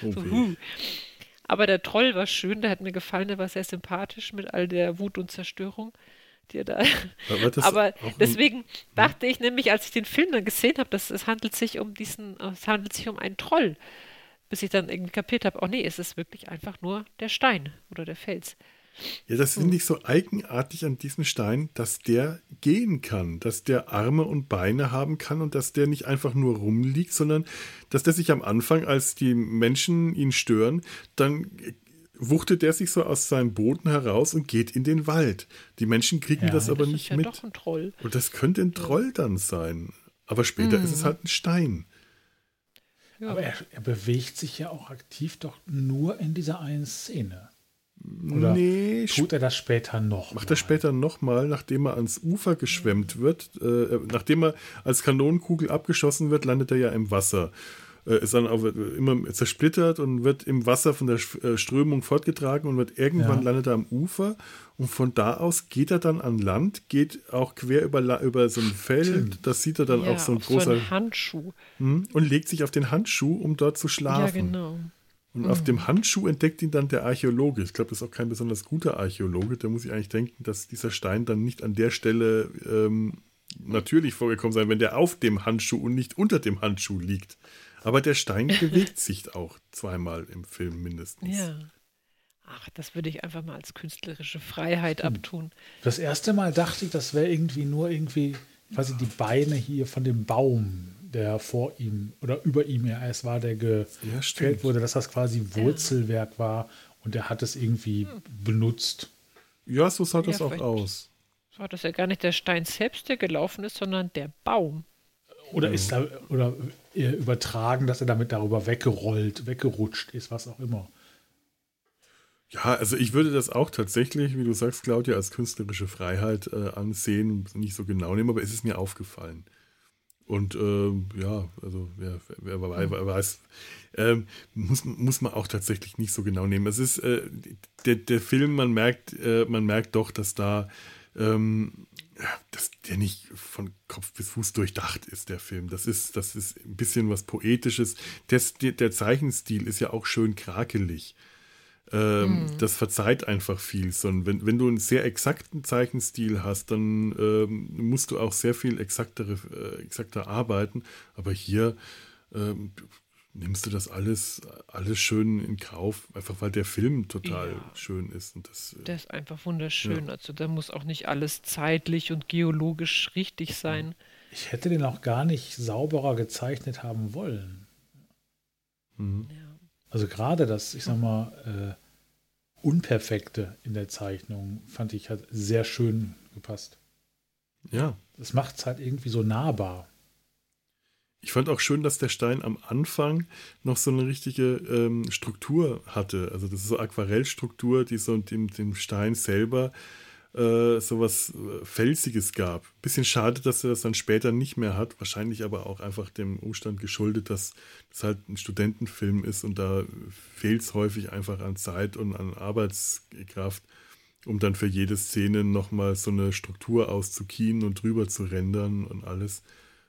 Aber der Troll war schön, der hat mir gefallen, der war sehr sympathisch mit all der Wut und Zerstörung. Aber deswegen dachte ich nämlich, als ich den Film dann gesehen habe, es handelt sich um einen Troll, bis ich dann irgendwie kapiert habe, oh nee, es ist wirklich einfach nur der Stein oder der Fels. Ja, das finde ich so eigenartig an diesem Stein, dass der gehen kann, dass der Arme und Beine haben kann und dass der nicht einfach nur rumliegt, sondern dass der sich am Anfang, als die Menschen ihn stören, dann wuchtet der sich so aus seinem Boden heraus und geht in den Wald. Die Menschen kriegen das aber nicht mit. Das ist ja doch ein Troll. Und das könnte ein Troll dann sein. Aber später ist es halt ein Stein. Ja. Aber er bewegt sich ja auch aktiv doch nur in dieser einen Szene. Oder tut er das später noch? Macht er später nochmal, nachdem er ans Ufer geschwemmt wird. Nachdem er als Kanonenkugel abgeschossen wird, landet er ja im Wasser. Ist dann auch immer zersplittert und wird im Wasser von der Strömung fortgetragen und wird irgendwann landet er am Ufer und von da aus geht er dann an Land, geht auch quer über so ein Feld, das sieht er dann auch so ein großer so ein Handschuh und legt sich auf den Handschuh, um dort zu schlafen. Ja, genau. Und auf dem Handschuh entdeckt ihn dann der Archäologe. Ich glaube, das ist auch kein besonders guter Archäologe. Da muss ich eigentlich denken, dass dieser Stein dann nicht an der Stelle natürlich vorgekommen sein, wenn der auf dem Handschuh und nicht unter dem Handschuh liegt. Aber der Stein bewegt sich auch zweimal im Film mindestens. Ja. Ach, das würde ich einfach mal als künstlerische Freiheit abtun. Das erste Mal dachte ich, das wäre quasi die Beine hier von dem Baum, der vor ihm oder über ihm erst war, der gefällt wurde, dass das quasi Wurzelwerk war und er hat es irgendwie benutzt. Ja, so sah das auch aus. War das ja gar nicht der Stein selbst, der gelaufen ist, sondern der Baum. Oder ist da, oder eher übertragen, dass er damit darüber weggerutscht ist, was auch immer. Ja, also ich würde das auch tatsächlich, wie du sagst, Claudia, als künstlerische Freiheit ansehen und nicht so genau nehmen, aber es ist mir aufgefallen. Und ja, also wer weiß, muss man auch tatsächlich nicht so genau nehmen. Es ist der Film, man merkt doch, dass da dass der nicht von Kopf bis Fuß durchdacht ist, der Film. Das ist ein bisschen was Poetisches. Der Zeichenstil ist ja auch schön krakelig. Das verzeiht einfach viel. Wenn du einen sehr exakten Zeichenstil hast, dann musst du auch sehr viel exakter arbeiten. Aber hier nimmst du das alles schön in Kauf, einfach weil der Film total schön ist. Und der ist einfach wunderschön. Ja. Also da muss auch nicht alles zeitlich und geologisch richtig sein. Ich hätte den auch gar nicht sauberer gezeichnet haben wollen. Mhm. Ja. Also gerade das, ich sag mal, Unperfekte in der Zeichnung fand ich, hat sehr schön gepasst. Ja. Das macht es halt irgendwie so nahbar. Ich fand auch schön, dass der Stein am Anfang noch so eine richtige Struktur hatte. Also das ist so Aquarellstruktur, die so dem Stein selber so was Felsiges gab. Bisschen schade, dass er das dann später nicht mehr hat. Wahrscheinlich aber auch einfach dem Umstand geschuldet, dass das halt ein Studentenfilm ist und da fehlt es häufig einfach an Zeit und an Arbeitskraft, um dann für jede Szene nochmal so eine Struktur auszukiehen und drüber zu rendern und alles.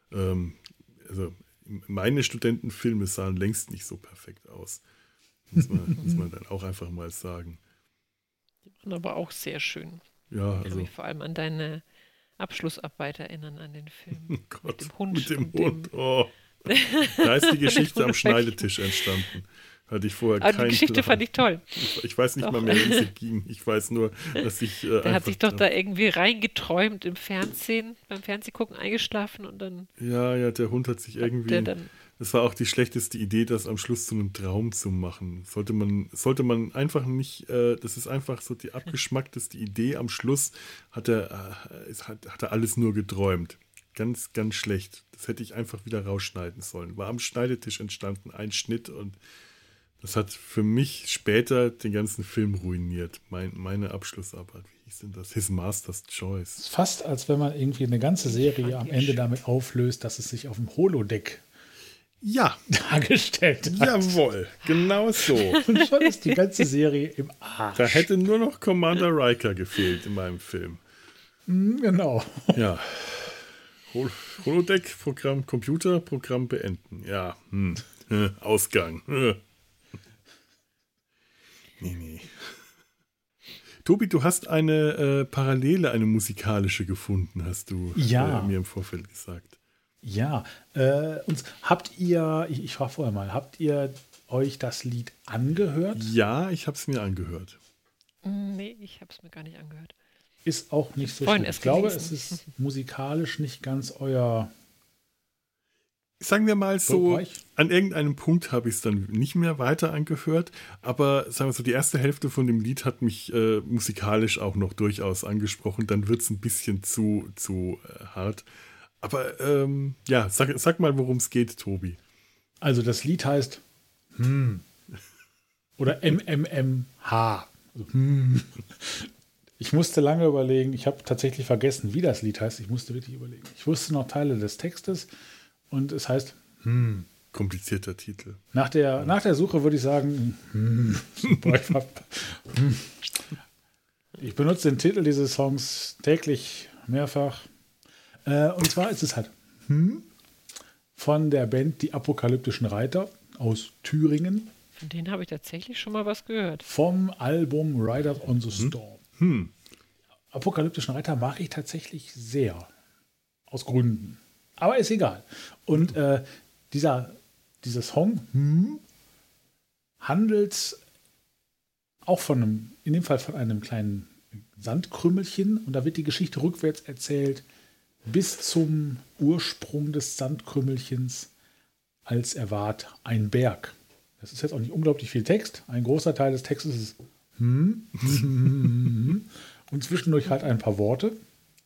Also meine Studentenfilme sahen längst nicht so perfekt aus. Muss man dann auch einfach mal sagen. Die waren aber auch sehr schön. Ja, ich kann mich vor allem an deine Abschlussarbeit erinnern, an den Film. Oh Gott, mit dem Hund. Mit dem Hund. Oh. Da ist die Geschichte am Schneidetisch entstanden. Hatte ich vorher aber die Geschichte Plan. fand ich toll. Ich weiß nicht mal mehr, wie sie ging. Ich weiß nur, dass ich. Der hat sich doch da irgendwie reingeträumt im Fernsehen, beim Fernsehgucken eingeschlafen und dann. Ja, der Hund hat sich irgendwie. Das war auch die schlechteste Idee, das am Schluss zu einem Traum zu machen. Sollte man einfach nicht. Das ist einfach so die abgeschmackteste Idee. Am Schluss hat er alles nur geträumt. Ganz, ganz schlecht. Das hätte ich einfach wieder rausschneiden sollen. War am Schneidetisch entstanden, ein Schnitt und das hat für mich später den ganzen Film ruiniert. Meine Abschlussarbeit. Wie hieß denn das? His Master's Choice. Es ist fast, als wenn man irgendwie eine ganze Serie am Ende damit auflöst, dass es sich auf dem Holodeck dargestellt hat. Jawohl, genau so. Und schon ist die ganze Serie im Arsch. Da hätte nur noch Commander Riker gefehlt in meinem Film. Genau. Ja. Holodeck-Programm, Computerprogramm beenden. Ja. Ausgang. Nee. Tobi, du hast eine Parallele, eine musikalische gefunden, hast du mir im Vorfeld gesagt. Ja. Und habt ihr, ich frage vorher mal, habt ihr euch das Lied angehört? Ja, ich habe es mir angehört. Nee, ich habe es mir gar nicht angehört. Ist auch nicht so schlimm. Ich glaube, es ist musikalisch nicht ganz euer. Sagen wir mal so, Bereich. An irgendeinem Punkt habe ich es dann nicht mehr weiter angehört, aber sagen wir so, die erste Hälfte von dem Lied hat mich musikalisch auch noch durchaus angesprochen. Dann wird es ein bisschen zu hart. Aber ja, sag mal, worum es geht, Tobi. Also das Lied heißt oder MMMH. Ich musste lange überlegen. Ich habe tatsächlich vergessen, wie das Lied heißt. Ich musste wirklich überlegen. Ich wusste noch Teile des Textes und es heißt Komplizierter Titel. Nach der Suche würde ich sagen, ich benutze den Titel dieses Songs täglich mehrfach. Und zwar ist es halt von der Band Die Apokalyptischen Reiter aus Thüringen. Von denen habe ich tatsächlich schon mal was gehört. Vom Album Riders on the Storm. Apokalyptischen Reiter mag ich tatsächlich sehr. Aus Gründen. Aber ist egal. Und dieser Song handelt auch in dem Fall von einem kleinen Sandkrümmelchen. Und da wird die Geschichte rückwärts erzählt bis zum Ursprung des Sandkrümmelchens, als er ward ein Berg. Das ist jetzt auch nicht unglaublich viel Text. Ein großer Teil des Textes ist und zwischendurch halt ein paar Worte.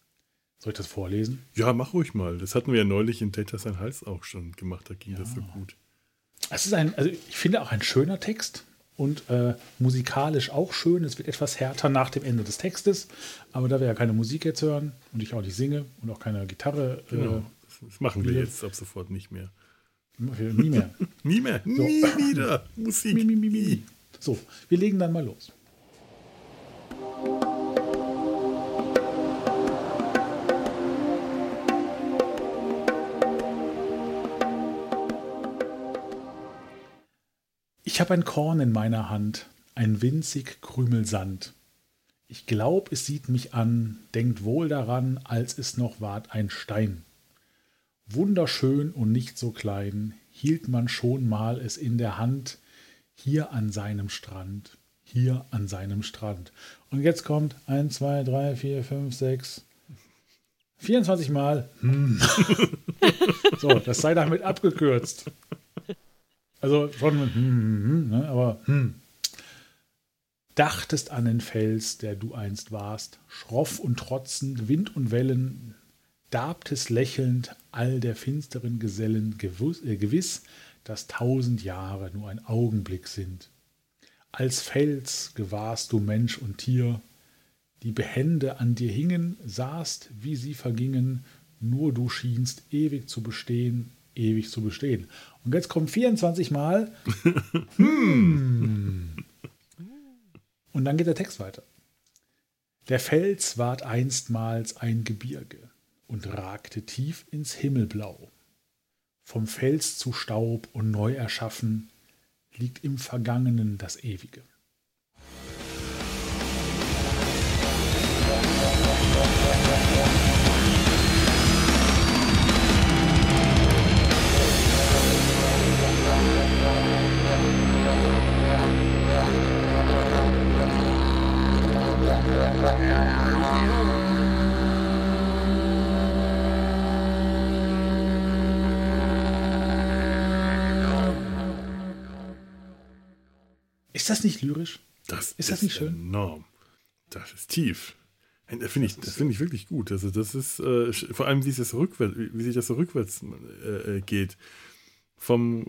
Soll ich das vorlesen? Ja, mach ruhig mal. Das hatten wir ja neulich in Data Sein Hals auch schon gemacht. Da ging das so gut. Es ist also ich finde auch ein schöner Text und musikalisch auch schön. Es wird etwas härter nach dem Ende des Textes, aber da wir ja keine Musik jetzt hören und ich auch nicht singe und auch keine Gitarre. Genau. Das machen wir jetzt ab sofort nicht mehr. Nie mehr. Nie mehr. So. Nie wieder. Musik. Mi. So, wir legen dann mal los. Ich habe ein Korn in meiner Hand, ein winzig Krümel Sand. Ich glaub, es sieht mich an, denkt wohl daran, als es noch ward ein Stein. Wunderschön und nicht so klein, hielt man schon mal es in der Hand, hier an seinem Strand, hier an seinem Strand. Und jetzt kommt 1, 2, 3, 4, 5, 6, 24 Mal. So, das sei damit abgekürzt. Also schon, ne, aber dachtest an den Fels, der du einst warst, schroff und trotzend, Wind und Wellen, darbtest lächelnd all der finsteren Gesellen, gewiss, dass 1000 Jahre nur ein Augenblick sind. Als Fels gewahrst du Mensch und Tier, die behende an dir hingen, sahst, wie sie vergingen, nur du schienst ewig zu bestehen, ewig zu bestehen. Und jetzt kommen 24 Mal. Und dann geht der Text weiter. Der Fels ward einstmals ein Gebirge und ragte tief ins Himmelblau. Vom Fels zu Staub und neu erschaffen, liegt im Vergangenen das Ewige. Ist das nicht lyrisch? Ist das nicht schön? Enorm. Das ist tief. Das finde ich wirklich gut. Also das ist vor allem, wie sich das so rückwärts geht. Zum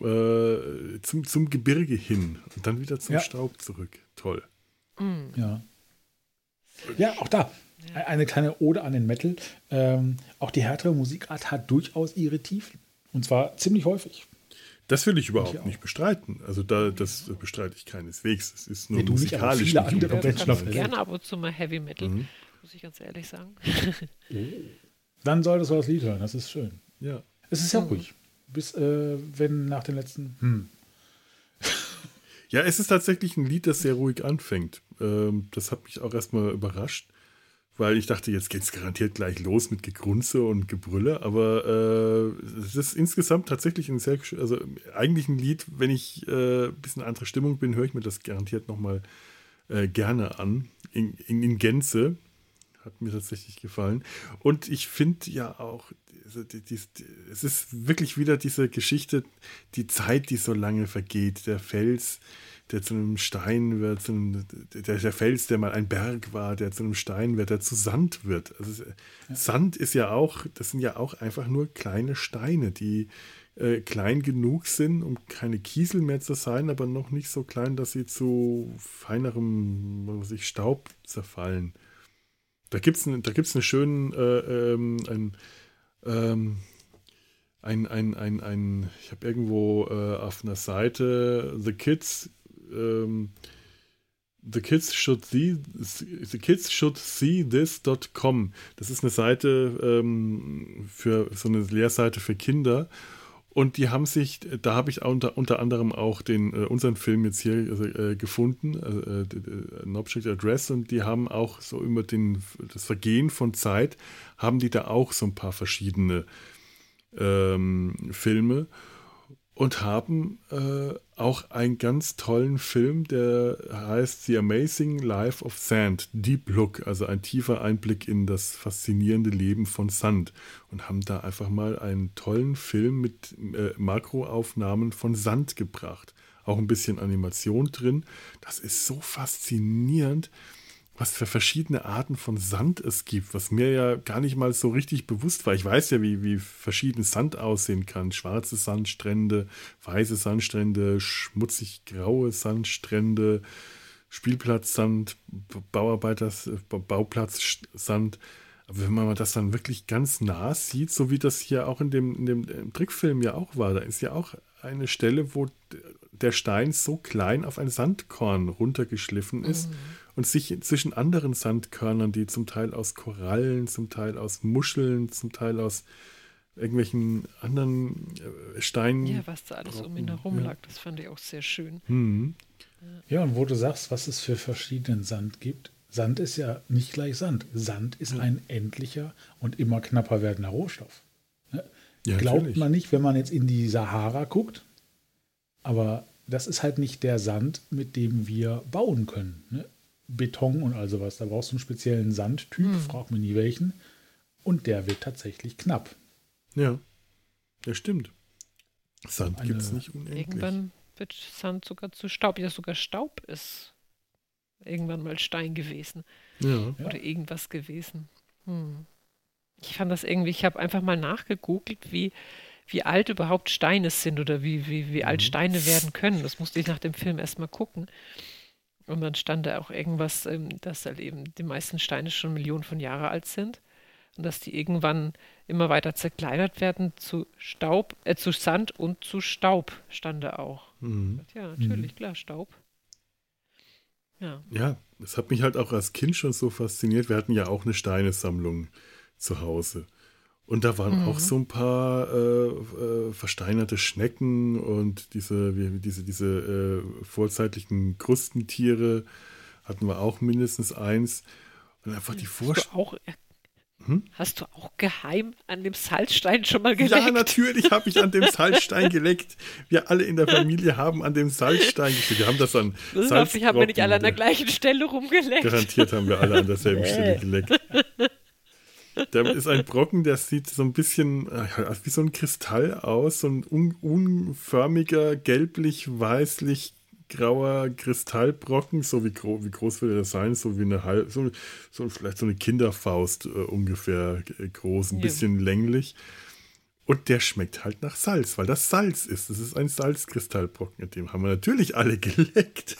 Gebirge hin und dann wieder zum Staub zurück. Toll. Ja. Ja, auch da. Eine kleine Ode an den Metal. Auch die härtere Musikart hat durchaus ihre Tiefen. Und zwar ziemlich häufig. Das will ich überhaupt nicht bestreiten. Also das bestreite ich keineswegs. Es ist nur musikalisch. Viele andere Menschen ich gerne ab und zu mal Heavy Metal, muss ich ganz ehrlich sagen. Dann solltest du das Lied hören, das ist schön. Ja. Es ist ja ruhig. Bis wenn nach den letzten. Ja, es ist tatsächlich ein Lied, das sehr ruhig anfängt. Das hat mich auch erstmal überrascht, weil ich dachte, jetzt geht es garantiert gleich los mit Gegrunze und Gebrülle, aber es ist insgesamt tatsächlich eigentlich ein Lied, wenn ich ein bisschen andere Stimmung bin, höre ich mir das garantiert nochmal gerne an, in Gänze. Hat mir tatsächlich gefallen. Und ich finde ja auch, es ist wirklich wieder diese Geschichte, die Zeit, die so lange vergeht, der Fels, der zu einem Stein wird, der Fels, der mal ein Berg war, der zu einem Stein wird, der zu Sand wird. Also Sand ist ja auch, das sind ja auch einfach nur kleine Steine, die klein genug sind, um keine Kiesel mehr zu sein, aber noch nicht so klein, dass sie zu feinerem Staub zerfallen. Da gibt's einen schönen, ich habe irgendwo auf einer Seite The Kids should see this.com. Das ist eine Seite für so eine Lehrseite für Kinder. Und die haben sich, da habe ich unter anderem auch unseren Film jetzt hier gefunden, An Object Address, und die haben auch so über das Vergehen von Zeit, haben die da auch so ein paar verschiedene Filme und haben auch einen ganz tollen Film, der heißt The Amazing Life of Sand, Deep Look, also ein tiefer Einblick in das faszinierende Leben von Sand, und haben da einfach mal einen tollen Film mit Makroaufnahmen von Sand gebracht. Auch ein bisschen Animation drin. Das ist so faszinierend. was für verschiedene Arten von Sand es gibt, was mir ja gar nicht mal so richtig bewusst war. Ich weiß ja, wie verschieden Sand aussehen kann. Schwarze Sandstrände, weiße Sandstrände, schmutzig graue Sandstrände, Spielplatzsand, Bauplatzsand. Aber wenn man das dann wirklich ganz nah sieht, so wie das hier auch in dem Trickfilm ja auch war, da ist ja auch eine Stelle, wo der Stein so klein auf ein Sandkorn runtergeschliffen ist und sich zwischen anderen Sandkörnern, die zum Teil aus Korallen, zum Teil aus Muscheln, zum Teil aus irgendwelchen anderen Steinen. Ja, was da alles um ihn herum lag, das fand ich auch sehr schön. Mhm. Ja, und wo du sagst, was es für verschiedenen Sand gibt. Sand ist ja nicht gleich Sand. Sand ist ein endlicher und immer knapper werdender Rohstoff. Ne? Ja, Glaubt natürlich. man nicht, wenn man jetzt in die Sahara guckt, aber das ist halt nicht der Sand, mit dem wir bauen können. Ne? Beton und all sowas. Da brauchst du einen speziellen Sandtyp, frag mich nie welchen. Und der wird tatsächlich knapp. Ja, stimmt. Sand gibt es nicht unendlich. Irgendwann wird Sand sogar zu Staub. Ja, sogar Staub ist irgendwann mal Stein gewesen. Ja. Oder irgendwas gewesen. Ich fand das irgendwie, ich habe einfach mal nachgegoogelt, wie alt überhaupt Steine sind oder wie alt Steine werden können. Das musste ich nach dem Film erstmal gucken. Und dann stand da auch irgendwas, dass halt eben die meisten Steine schon Millionen von Jahren alt sind und dass die irgendwann immer weiter zerkleinert werden zu zu Sand und zu Staub, stand da auch. Ja, natürlich, klar, Staub. Ja, das hat mich halt auch als Kind schon so fasziniert. Wir hatten ja auch eine Steinesammlung zu Hause. Und da waren auch so ein paar versteinerte Schnecken und diese vorzeitlichen Krustentiere hatten wir auch mindestens eins. Und einfach die Vorstellung. Hast du auch geheim an dem Salzstein schon mal geleckt? Ja, natürlich habe ich an dem Salzstein geleckt. Wir alle in der Familie haben an dem Salzstein geleckt. Wir haben das an Salzbrocken. Haben wir nicht alle an der gleichen Stelle rumgeleckt? Garantiert haben wir alle an derselben Stelle geleckt. Da ist ein Brocken, der sieht so ein bisschen wie so ein Kristall aus, so ein unförmiger, gelblich-weißlich grauer Kristallbrocken, so wie groß würde das sein, so wie vielleicht so eine Kinderfaust ungefähr groß, ein bisschen länglich. Und der schmeckt halt nach Salz, weil das Salz ist. Das ist ein Salzkristallbrocken, mit dem haben wir natürlich alle geleckt.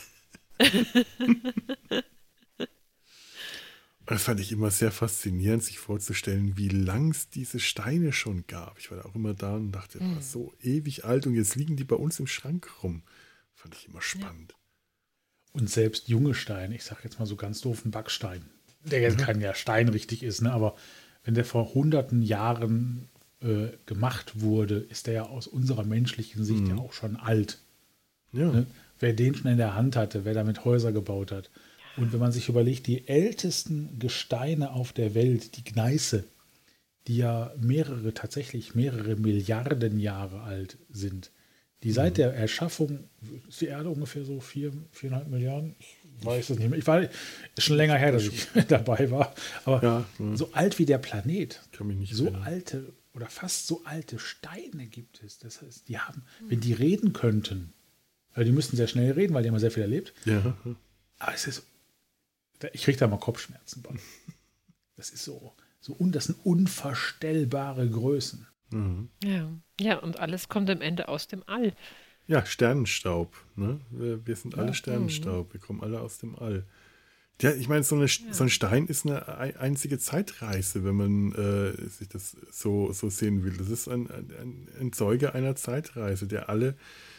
Das fand ich immer sehr faszinierend, sich vorzustellen, wie lang es diese Steine schon gab. Ich war da auch immer da und dachte, das war so ewig alt und jetzt liegen die bei uns im Schrank rum. Fand ich immer spannend. Und selbst junge Steine, ich sage jetzt mal so ganz doof, ein Backstein, der jetzt kein Stein richtig ist, ne? Aber wenn der vor hunderten Jahren gemacht wurde, ist der ja aus unserer menschlichen Sicht ja auch schon alt. Ja. Ne? Wer den schon in der Hand hatte, wer damit Häuser gebaut hat. Und wenn man sich überlegt, die ältesten Gesteine auf der Welt, die Gneise, die ja tatsächlich mehrere Milliarden Jahre alt sind, die seit der Erschaffung, ist die Erde ungefähr so 4,5 Milliarden? Ich weiß es nicht mehr. Ist schon länger her, dass ich dabei war. Aber so alt wie der Planet, Kann mich nicht so erinnern. alte oder fast so alte Steine gibt es. Das heißt, die haben, wenn die reden könnten, weil die müssten sehr schnell reden, weil die haben ja sehr viel erlebt. Ja. Aber es ist, ich kriege da mal Kopfschmerzen bei. Das ist das sind unvorstellbare Größen. Ja, und alles kommt am Ende aus dem All. Ja, Sternenstaub. Ne? Wir sind alle Sternenstaub. Wir kommen alle aus dem All. Ja, ich meine, so ein Stein ist eine einzige Zeitreise, wenn man sich das so sehen will. Das ist ein Zeuge einer Zeitreise, der alle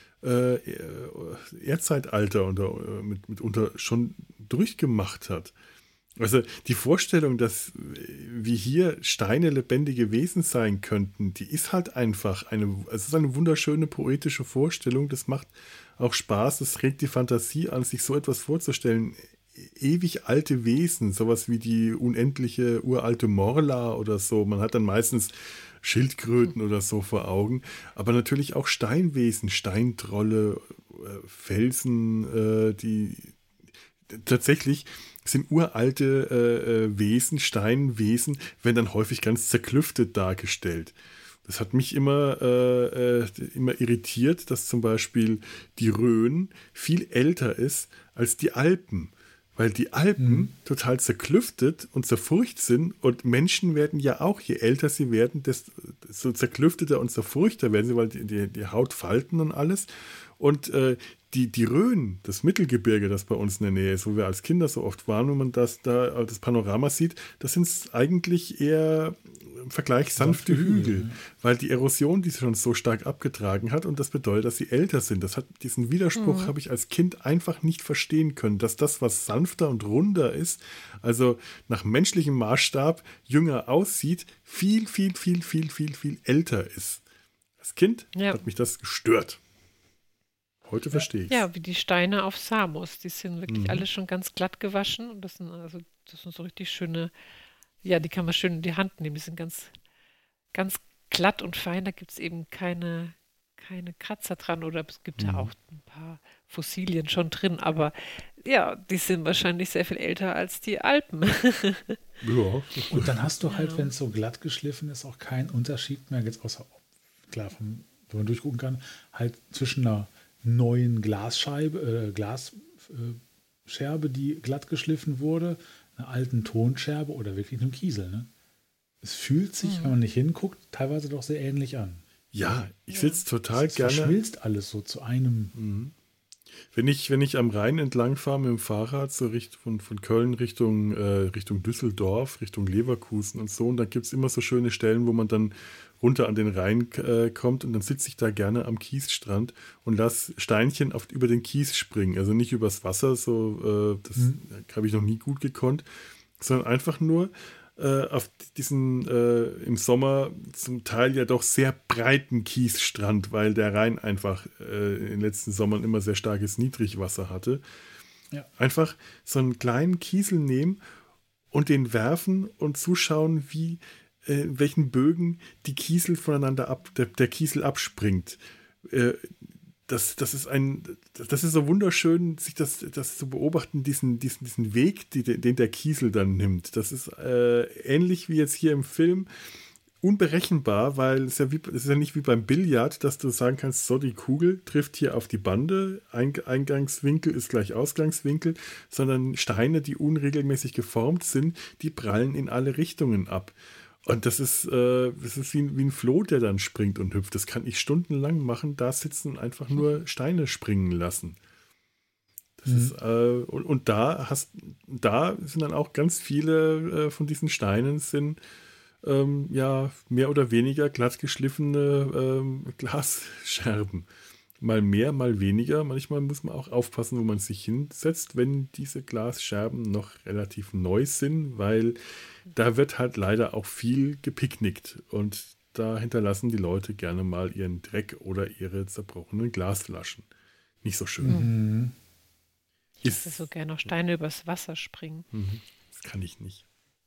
Erdzeitalter mitunter schon durchgemacht hat. Also die Vorstellung, dass wie hier Steine lebendige Wesen sein könnten, die ist halt einfach es ist eine wunderschöne poetische Vorstellung. Das macht auch Spaß, das regt die Fantasie an, sich so etwas vorzustellen. Ewig alte Wesen, sowas wie die unendliche uralte Morla oder so. Man hat dann meistens Schildkröten oder so vor Augen, aber natürlich auch Steinwesen, Steintrolle, Felsen, die tatsächlich sind uralte Wesen, Steinwesen, werden dann häufig ganz zerklüftet dargestellt. Das hat mich immer irritiert, dass zum Beispiel die Rhön viel älter ist als die Alpen. weil die Alpen total zerklüftet und zerfurcht sind und Menschen werden ja auch, je älter sie werden, desto zerklüfteter und zerfurchter werden sie, weil die Haut falten und alles. Und die Rhön, das Mittelgebirge, das bei uns in der Nähe ist, wo wir als Kinder so oft waren, wenn man das Panorama sieht, das sind eigentlich eher im Vergleich sanfte Hügel, weil die Erosion die schon so stark abgetragen hat und das bedeutet, dass sie älter sind. Diesen Widerspruch habe ich als Kind einfach nicht verstehen können, dass das, was sanfter und runder ist, also nach menschlichem Maßstab jünger aussieht, viel, viel, viel, viel, viel, viel älter ist. Als Kind hat mich das gestört. Heute verstehe ich es. Ja, wie die Steine auf Samos. Die sind wirklich alle schon ganz glatt gewaschen. Und das sind so richtig schöne, ja, die kann man schön in die Hand nehmen. Die sind ganz, ganz glatt und fein. Da gibt es eben keine Kratzer dran. Oder es gibt ja auch ein paar Fossilien schon drin. Aber ja, die sind wahrscheinlich sehr viel älter als die Alpen. Ja. Und dann hast du halt, wenn es so glatt geschliffen ist, auch keinen Unterschied mehr, jetzt außer, klar, wenn man durchgucken kann, halt zwischen einer neuen Glasscherbe, die glatt geschliffen wurde, einer alten Tonscherbe oder wirklich einem Kiesel. Ne? Es fühlt sich, wenn man nicht hinguckt, teilweise doch sehr ähnlich an. Ja, ich sitze total gerne. Es verschmilzt alles so zu einem. Wenn ich am Rhein entlang fahre mit dem Fahrrad, so von Köln Richtung Düsseldorf, Richtung Leverkusen und so, und dann gibt es immer so schöne Stellen, wo man dann runter an den Rhein kommt und dann sitze ich da gerne am Kiesstrand und lasse Steinchen über den Kies springen. Also nicht übers Wasser, das habe ich noch nie gut gekonnt, sondern einfach nur auf diesen im Sommer zum Teil ja doch sehr breiten Kiesstrand, weil der Rhein einfach in den letzten Sommern immer sehr starkes Niedrigwasser hatte. Ja. Einfach so einen kleinen Kiesel nehmen und den werfen und zuschauen, wie in welchen Bögen die Kiesel voneinander der Kiesel abspringt. Das ist so wunderschön, sich das zu beobachten, diesen Weg, den der Kiesel dann nimmt. Das ist ähnlich wie jetzt hier im Film unberechenbar, weil es ist ja nicht wie beim Billard, dass du sagen kannst, so, die Kugel trifft hier auf die Bande, Eingangswinkel ist gleich Ausgangswinkel, sondern Steine, die unregelmäßig geformt sind, die prallen in alle Richtungen ab. Und das ist wie ein Floh, der dann springt und hüpft. Das kann ich stundenlang machen, da sitzen und einfach nur Steine springen lassen. Das ist, und da sind dann auch ganz viele von diesen Steinen sind mehr oder weniger glatt geschliffene Glasscherben. Mal mehr, mal weniger. Manchmal muss man auch aufpassen, wo man sich hinsetzt, wenn diese Glasscherben noch relativ neu sind, weil da wird halt leider auch viel gepicknickt und da hinterlassen die Leute gerne mal ihren Dreck oder ihre zerbrochenen Glasflaschen. Nicht so schön. Ich würde so gerne noch Steine übers Wasser springen. Das kann ich nicht.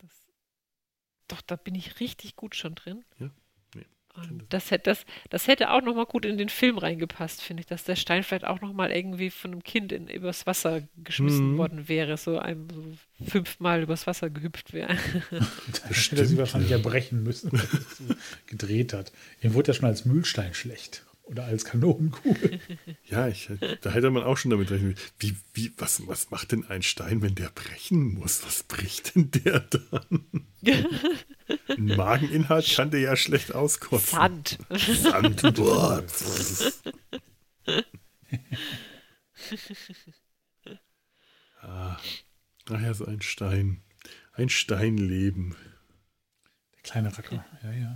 Doch, da bin ich richtig gut schon drin. Ja. Und das hätte auch noch mal gut in den Film reingepasst, finde ich, dass der Stein vielleicht auch noch mal irgendwie von einem Kind übers Wasser geschmissen worden wäre, so 5-mal übers Wasser gehüpft wäre. Da hätte er sie wahrscheinlich erbrechen müssen, wenn er das so gedreht hat. Ihm wurde ja schon als Mühlstein schlecht oder als Kanonenkugel. Ja, da hätte man auch schon damit rechnen. Was macht denn ein Stein, wenn der brechen muss? Was bricht denn der dann? Ein Mageninhalt kann der ja schlecht auskotzen. Sand. Boah. Ach ja, so ein Stein. Ein Steinleben. Der kleine Racker, ja.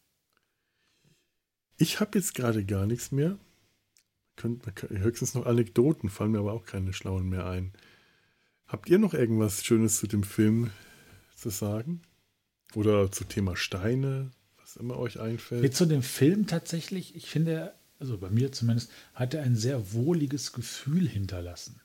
Ich habe jetzt gerade gar nichts mehr. Höchstens noch Anekdoten, fallen mir aber auch keine schlauen mehr ein. Habt ihr noch irgendwas Schönes zu dem Film zu sagen? Oder zu Thema Steine, was immer euch einfällt? Jetzt zu dem Film tatsächlich, ich finde, also bei mir zumindest, hat er ein sehr wohliges Gefühl hinterlassen.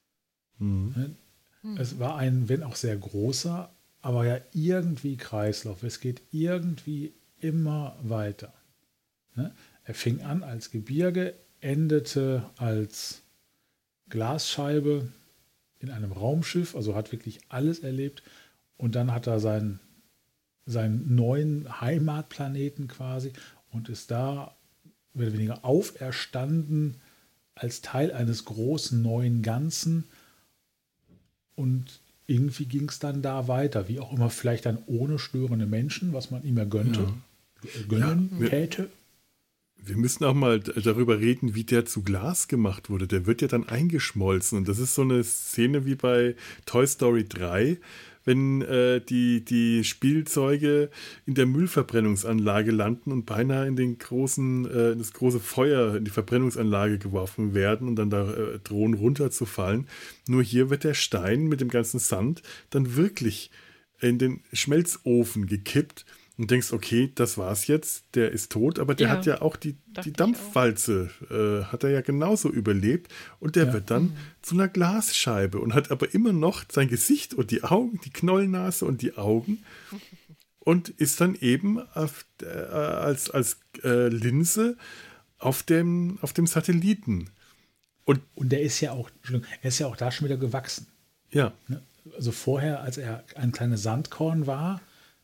Es war ein, wenn auch sehr großer, aber ja irgendwie Kreislauf. Es geht irgendwie immer weiter. Er fing an als Gebirge, endete als Glasscheibe in einem Raumschiff, also hat wirklich alles erlebt. Und dann hat er seinen neuen Heimatplaneten quasi und ist da mehr oder weniger auferstanden als Teil eines großen neuen Ganzen Und irgendwie ging es dann da weiter, wie auch immer, vielleicht dann ohne störende Menschen, was man ihm ja gönnen täte. Wir müssen auch mal darüber reden, wie der zu Glas gemacht wurde. Der wird ja dann eingeschmolzen. Und das ist so eine Szene wie bei Toy Story 3, wenn die Spielzeuge in der Müllverbrennungsanlage landen und beinahe in das große Feuer in die Verbrennungsanlage geworfen werden und dann da drohen runterzufallen. Nur hier wird der Stein mit dem ganzen Sand dann wirklich in den Schmelzofen gekippt. Und denkst, okay, das war's jetzt, der ist tot, aber der hat ja auch die Dampfwalze, hat er ja genauso überlebt und der wird dann zu einer Glasscheibe und hat aber immer noch sein Gesicht und die Augen, die Knollennase und die Augen und ist dann eben als Linse auf dem Satelliten. Und er ist ja auch da schon wieder gewachsen. Ja. Also vorher, als er ein kleines Sandkorn war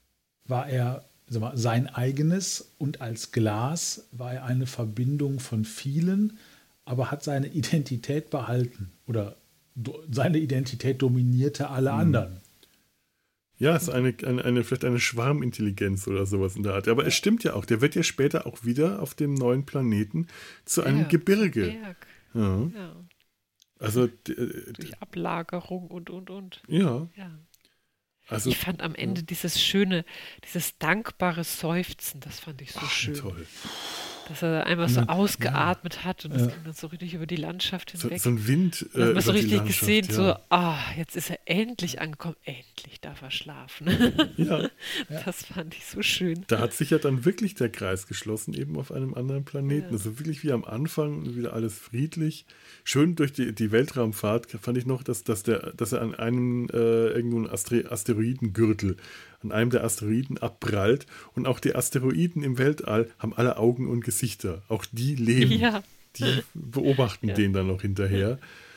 er sein eigenes und als Glas war er eine Verbindung von vielen, aber hat seine Identität behalten oder seine Identität dominierte alle anderen. Ja, es ist vielleicht eine Schwarmintelligenz oder sowas in der Art. Aber es stimmt ja auch, der wird ja später auch wieder auf dem neuen Planeten zu einem Gebirge. Ja. Also durch Ablagerung und. Ja. Also, ich fand am Ende dieses dankbare Seufzen, das fand ich so schön. Toll. Dass er einmal so ausgeatmet hat und es ging dann so richtig über die Landschaft hinweg. So ein Wind. Und hat man so richtig gesehen, jetzt ist er endlich angekommen, endlich darf er schlafen. Ja. Das fand ich so schön. Da hat sich ja dann wirklich der Kreis geschlossen, eben auf einem anderen Planeten. Ja. Also wirklich wie am Anfang, wieder alles friedlich. Schön durch die Weltraumfahrt fand ich noch, dass er an einem irgendeinen Asteroidengürtel, an einem der Asteroiden abprallt und auch die Asteroiden im Weltall haben alle Augen und Gesichter. Auch die leben. Ja. Die beobachten den dann noch hinterher.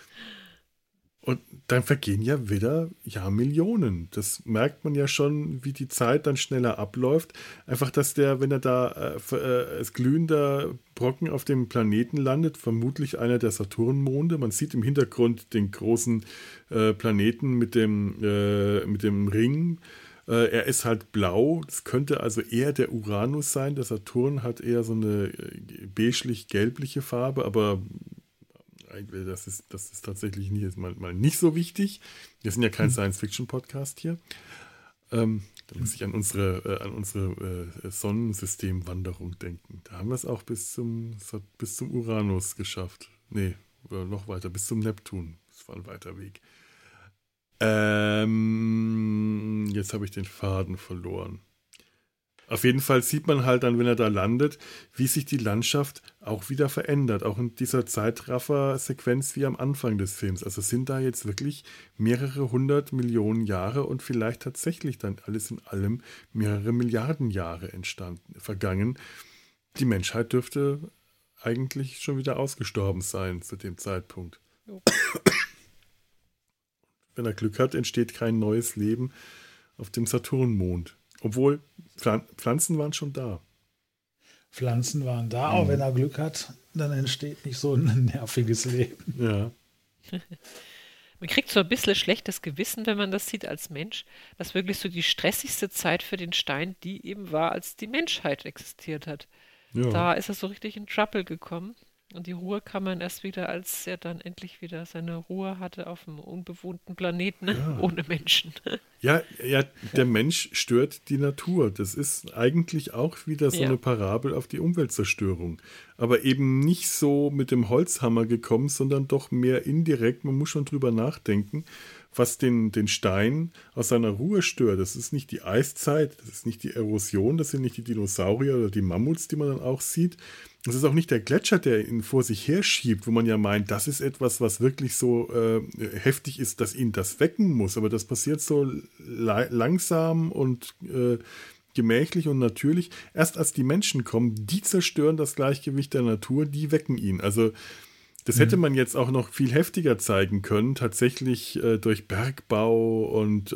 Und dann vergehen ja wieder Jahrmillionen. Das merkt man ja schon, wie die Zeit dann schneller abläuft. Einfach, dass wenn er da als glühender Brocken auf dem Planeten landet, vermutlich einer der Saturnmonde. Man sieht im Hintergrund den großen Planeten mit dem Ring. Er ist halt blau. Das könnte also eher der Uranus sein. Der Saturn hat eher so eine beiglich-gelbliche Farbe, aber das ist tatsächlich mal nicht so wichtig. Wir sind ja kein Science-Fiction-Podcast hier. Da muss ich an unsere Sonnensystemwanderung denken. Da haben wir es auch bis zum Uranus geschafft. Nee, noch weiter, bis zum Neptun. Das war ein weiter Weg. Jetzt habe ich den Faden verloren. Auf jeden Fall sieht man halt dann, wenn er da landet, wie sich die Landschaft auch wieder verändert. Auch in dieser Zeitraffer-Sequenz wie am Anfang des Films. Also sind da jetzt wirklich mehrere 100 Millionen Jahre und vielleicht tatsächlich dann alles in allem mehrere Milliarden Jahre vergangen. Die Menschheit dürfte eigentlich schon wieder ausgestorben sein zu dem Zeitpunkt. Jo. Wenn er Glück hat, entsteht kein neues Leben auf dem Saturnmond. Obwohl, Pflanzen waren schon da. Pflanzen waren da, auch wenn er Glück hat, dann entsteht nicht so ein nerviges Leben. Ja. Man kriegt so ein bisschen schlechtes Gewissen, wenn man das sieht als Mensch, dass wirklich so die stressigste Zeit für den Stein die eben war, als die Menschheit existiert hat. Ja. Da ist er so richtig in Trouble gekommen. Und die Ruhe kam man erst wieder, als er dann endlich wieder seine Ruhe hatte auf einem unbewohnten Planeten ohne Menschen. Ja, der Mensch stört die Natur. Das ist eigentlich auch wieder so eine Parabel auf die Umweltzerstörung. Aber eben nicht so mit dem Holzhammer gekommen, sondern doch mehr indirekt. Man muss schon drüber nachdenken, was den Stein aus seiner Ruhe stört. Das ist nicht die Eiszeit, das ist nicht die Erosion, das sind nicht die Dinosaurier oder die Mammuts, die man dann auch sieht. Das ist auch nicht der Gletscher, der ihn vor sich her schiebt, wo man ja meint, das ist etwas, was wirklich so heftig ist, dass ihn das wecken muss. Aber das passiert so langsam und gemächlich und natürlich. Erst als die Menschen kommen, die zerstören das Gleichgewicht der Natur, die wecken ihn. Also das hätte man jetzt auch noch viel heftiger zeigen können, tatsächlich durch Bergbau und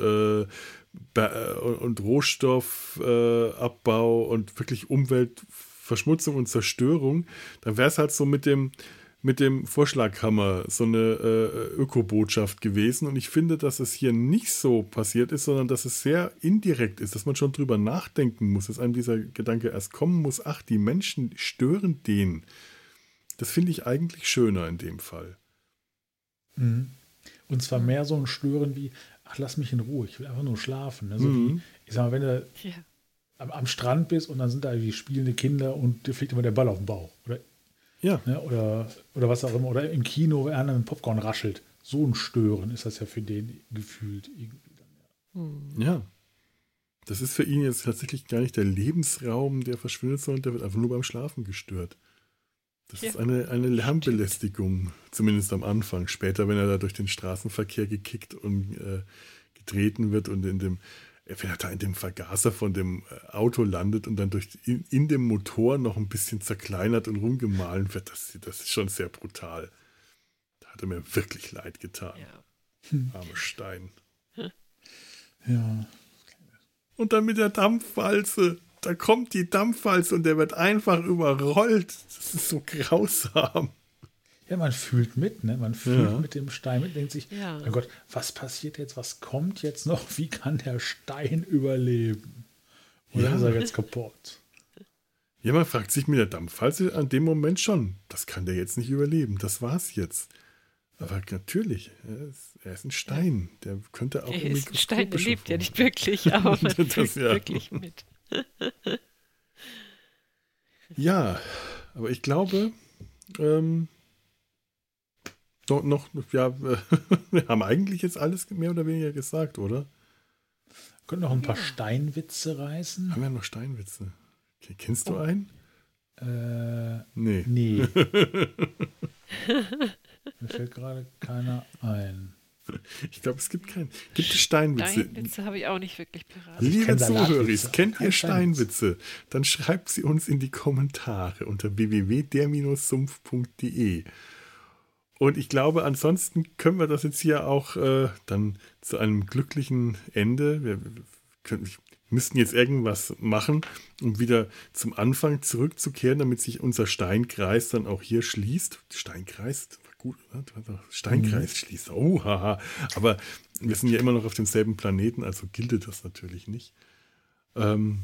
Rohstoffabbau und wirklich Umweltverschmutzung und Zerstörung. Dann wäre es halt so mit dem mit dem Vorschlaghammer so eine Ökobotschaft gewesen. Und ich finde, dass es hier nicht so passiert ist, sondern dass es sehr indirekt ist, dass man schon drüber nachdenken muss, dass einem dieser Gedanke erst kommen muss, ach, die Menschen stören den. Das finde ich eigentlich schöner in dem Fall. Mhm. Und zwar mehr so ein Stören wie, ach, lass mich in Ruhe, ich will einfach nur schlafen. Ne? So wie, ich sag mal, wenn du am Strand bist und dann sind da irgendwie spielende Kinder und dir fliegt immer der Ball auf den Bauch. Oder, ne? oder was auch immer. Oder im Kino, wenn einer mit Popcorn raschelt. So ein Stören ist das ja für den gefühlt irgendwie dann. Ja. Das ist für ihn jetzt tatsächlich gar nicht der Lebensraum, der verschwindet, sondern der wird einfach nur beim Schlafen gestört. Das ist eine Lärmbelästigung, zumindest am Anfang. Später, wenn er da durch den Straßenverkehr gekickt und getreten wird und wenn er da in dem Vergaser von dem Auto landet und dann in dem Motor noch ein bisschen zerkleinert und rumgemahlen wird, das ist schon sehr brutal. Da hat er mir wirklich leid getan. Ja. Arme Stein. Ja. Und dann mit der Dampfwalze. Da kommt die Dampfwalze und der wird einfach überrollt. Das ist so grausam. Ja, man fühlt mit, ne? Man fühlt mit dem Stein mit, denkt sich, mein Gott, was passiert jetzt? Was kommt jetzt noch? Wie kann der Stein überleben? Oder ist er jetzt kaputt? Ja, man fragt sich mit der Dampfwalze an dem Moment schon, das kann der jetzt nicht überleben. Das war's jetzt. Aber natürlich, er ist ein Stein. Der könnte auch er ist ein Stein, der lebt ja nicht wirklich, aber man fühlt wirklich mit. Ja, aber ich glaube, wir haben eigentlich jetzt alles mehr oder weniger gesagt, oder? Wir können noch ein paar Steinwitze reißen. Haben wir noch Steinwitze? Okay, kennst du einen? Nee. Mir fällt gerade keiner ein. Ich glaube, es gibt keinen. Gibt es Steinwitze? Steinwitze habe ich auch nicht wirklich parat. Liebe Zuhörer, kennt ihr Steinwitze? Dann schreibt sie uns in die Kommentare unter www.der-sumpf.de. Und ich glaube, ansonsten können wir das jetzt hier auch dann zu einem glücklichen Ende. Wir müssten jetzt irgendwas machen, um wieder zum Anfang zurückzukehren, damit sich unser Steinkreis dann auch hier schließt. Steinkreis? Gut, Steinkreis schließt. Oh, haha. Aber wir sind ja immer noch auf demselben Planeten, also gilt das natürlich nicht. Und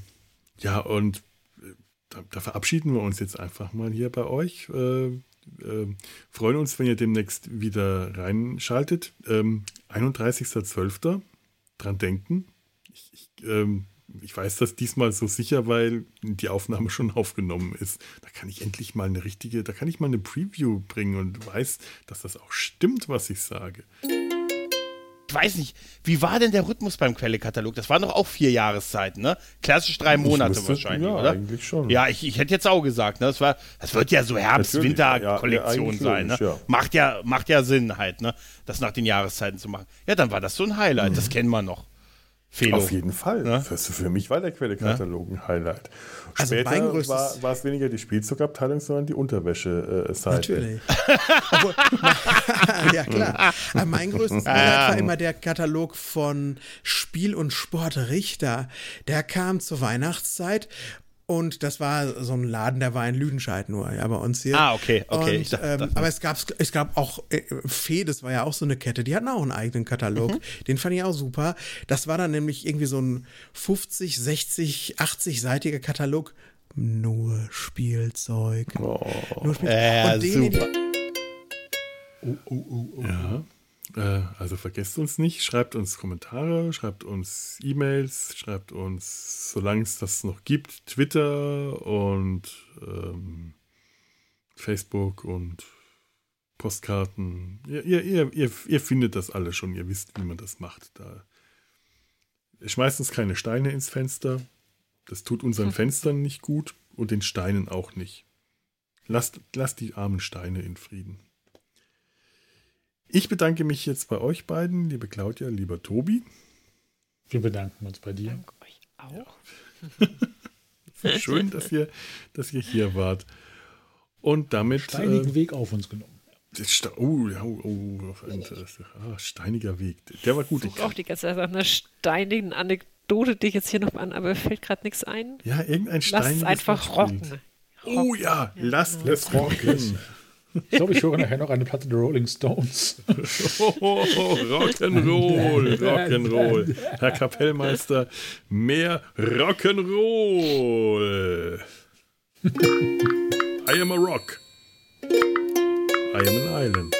da verabschieden wir uns jetzt einfach mal hier bei euch. Freuen uns, wenn ihr demnächst wieder reinschaltet. 31.12. Dran denken. Ich weiß das diesmal so sicher, weil die Aufnahme schon aufgenommen ist. Da kann ich endlich mal eine Preview bringen und weiß, dass das auch stimmt, was ich sage. Ich weiß nicht, wie war denn der Rhythmus beim Quelle-Katalog? Das waren doch auch 4 Jahreszeiten, ne? Klassisch 3 Monate wahrscheinlich, oder? Ja, eigentlich schon. Ja, ich hätte jetzt auch gesagt, ne? Das wird ja so Herbst-Winter-Kollektion sein, ne? Ja. Macht ja Sinn halt, ne? Das nach den Jahreszeiten zu machen. Ja, dann war das so ein Highlight, das kennen wir noch. Felo. Auf jeden Fall. Ja? Für mich war der Quelle-Katalog ein Highlight. Später war es weniger die Spielzeugabteilung, sondern die Unterwäsche-Seite. Natürlich. Ja, klar. Aber mein größtes Highlight war immer der Katalog von Spiel und Sport Richter. Der kam zur Weihnachtszeit. Und das war so ein Laden, der war in Lüdenscheid nur, ja, bei uns hier. Ah, okay. Und, aber es gab auch Fee, das war ja auch so eine Kette, die hatten auch einen eigenen Katalog. Den fand ich auch super. Das war dann nämlich irgendwie so ein 50, 60, 80-seitiger Katalog. Nur Spielzeug. Nur Spielzeug. Und super. Ja. Also vergesst uns nicht, schreibt uns Kommentare, schreibt uns E-Mails, schreibt uns, solange es das noch gibt, Twitter und Facebook und Postkarten. Ihr findet das alle schon, ihr wisst, wie man das macht. Da schmeißt uns keine Steine ins Fenster. Das tut unseren Fenstern nicht gut und den Steinen auch nicht. Lasst die armen Steine in Frieden. Ich bedanke mich jetzt bei euch beiden, liebe Claudia, lieber Tobi. Wir bedanken uns bei dir. Danke euch auch. Ja. Schön, dass ihr hier wart. Und damit... Steinigen Weg auf uns genommen. Steiniger Weg. Der war gut. Ich suche auch die ganze Zeit nach einer steinigen Anekdote, die ich jetzt hier noch an, aber fällt gerade nichts ein. Ja, irgendein steiniges Lass es einfach rocken. Oh ja, lasst es rocken. Ich glaube, ich höre nachher noch eine Platte der Rolling Stones. Rock'n'Roll. Herr Kapellmeister, mehr Rock'n'Roll. I am a rock. I am an island.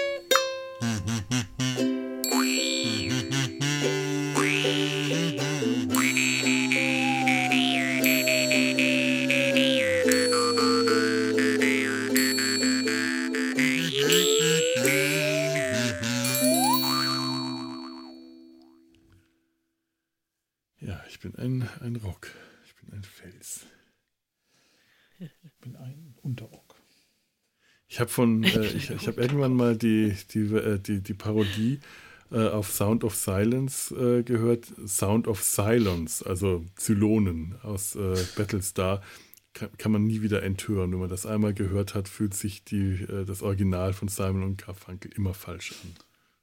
Ja, ich bin ein Rock. Ich bin ein Fels. Ich bin ein Unterrock. Ich habe ich habe irgendwann mal die Parodie auf Sound of Silence gehört. Sound of Silence, also Zylonen aus Battlestar, kann man nie wieder enthören. Wenn man das einmal gehört hat, fühlt sich das Original von Simon und Garfunkel immer falsch an.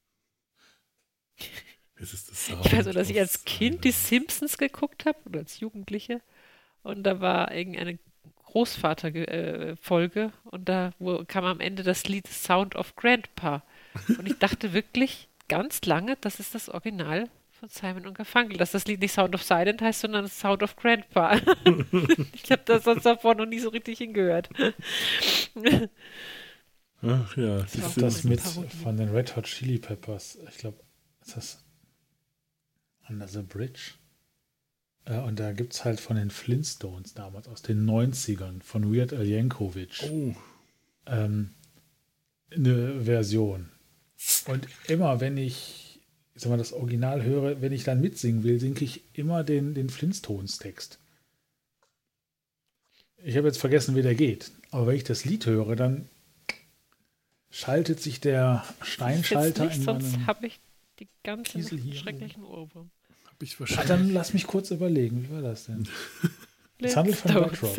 Ich weiß nur, dass ich als Kind die Simpsons geguckt habe oder als Jugendliche und da war irgendeine Großvater-Folge und da kam am Ende das Lied Sound of Grandpa und ich dachte wirklich ganz lange, das ist das Original von Simon und Garfunkel, dass das Lied nicht Sound of Silent heißt, sondern Sound of Grandpa. Ich habe das sonst davor noch nie so richtig hingehört. Ach ja, das mit von den Red Hot Chili Peppers. Ich glaube, ist das Under the Bridge? Und da gibt es halt von den Flintstones damals aus den 90ern von Weird Al Yankovic eine Version. Und immer, wenn ich sag mal, das Original höre, wenn ich dann mitsingen will, singe ich immer den Flintstones-Text. Ich habe jetzt vergessen, wie der geht. Aber wenn ich das Lied höre, dann schaltet sich der Steinschalter nicht, in meinem sonst habe ich die ganzen Kiesel schrecklichen Ohrwurm. Dann lass mich kurz überlegen, wie war das denn? Das handelt von Rockrock.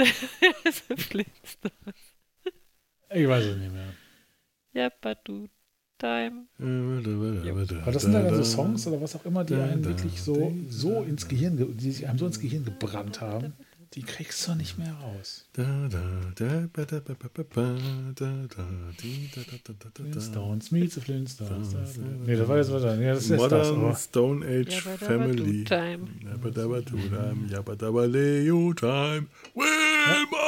Ich weiß es nicht mehr. Yapadu Time. Aber das sind dann also Songs oder was auch immer, die einen wirklich so ins Gehirn, die sich einem so ins Gehirn gebrannt haben, die kriegst du nicht mehr raus. Flintstones, meets the Flintstones. Nee, das war jetzt was. Nee, das ist Modern das. Stone Age Family. Yabba-dabba-Leo Time. Wilma!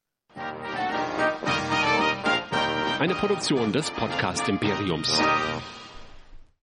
Eine Produktion des Podcast Imperiums.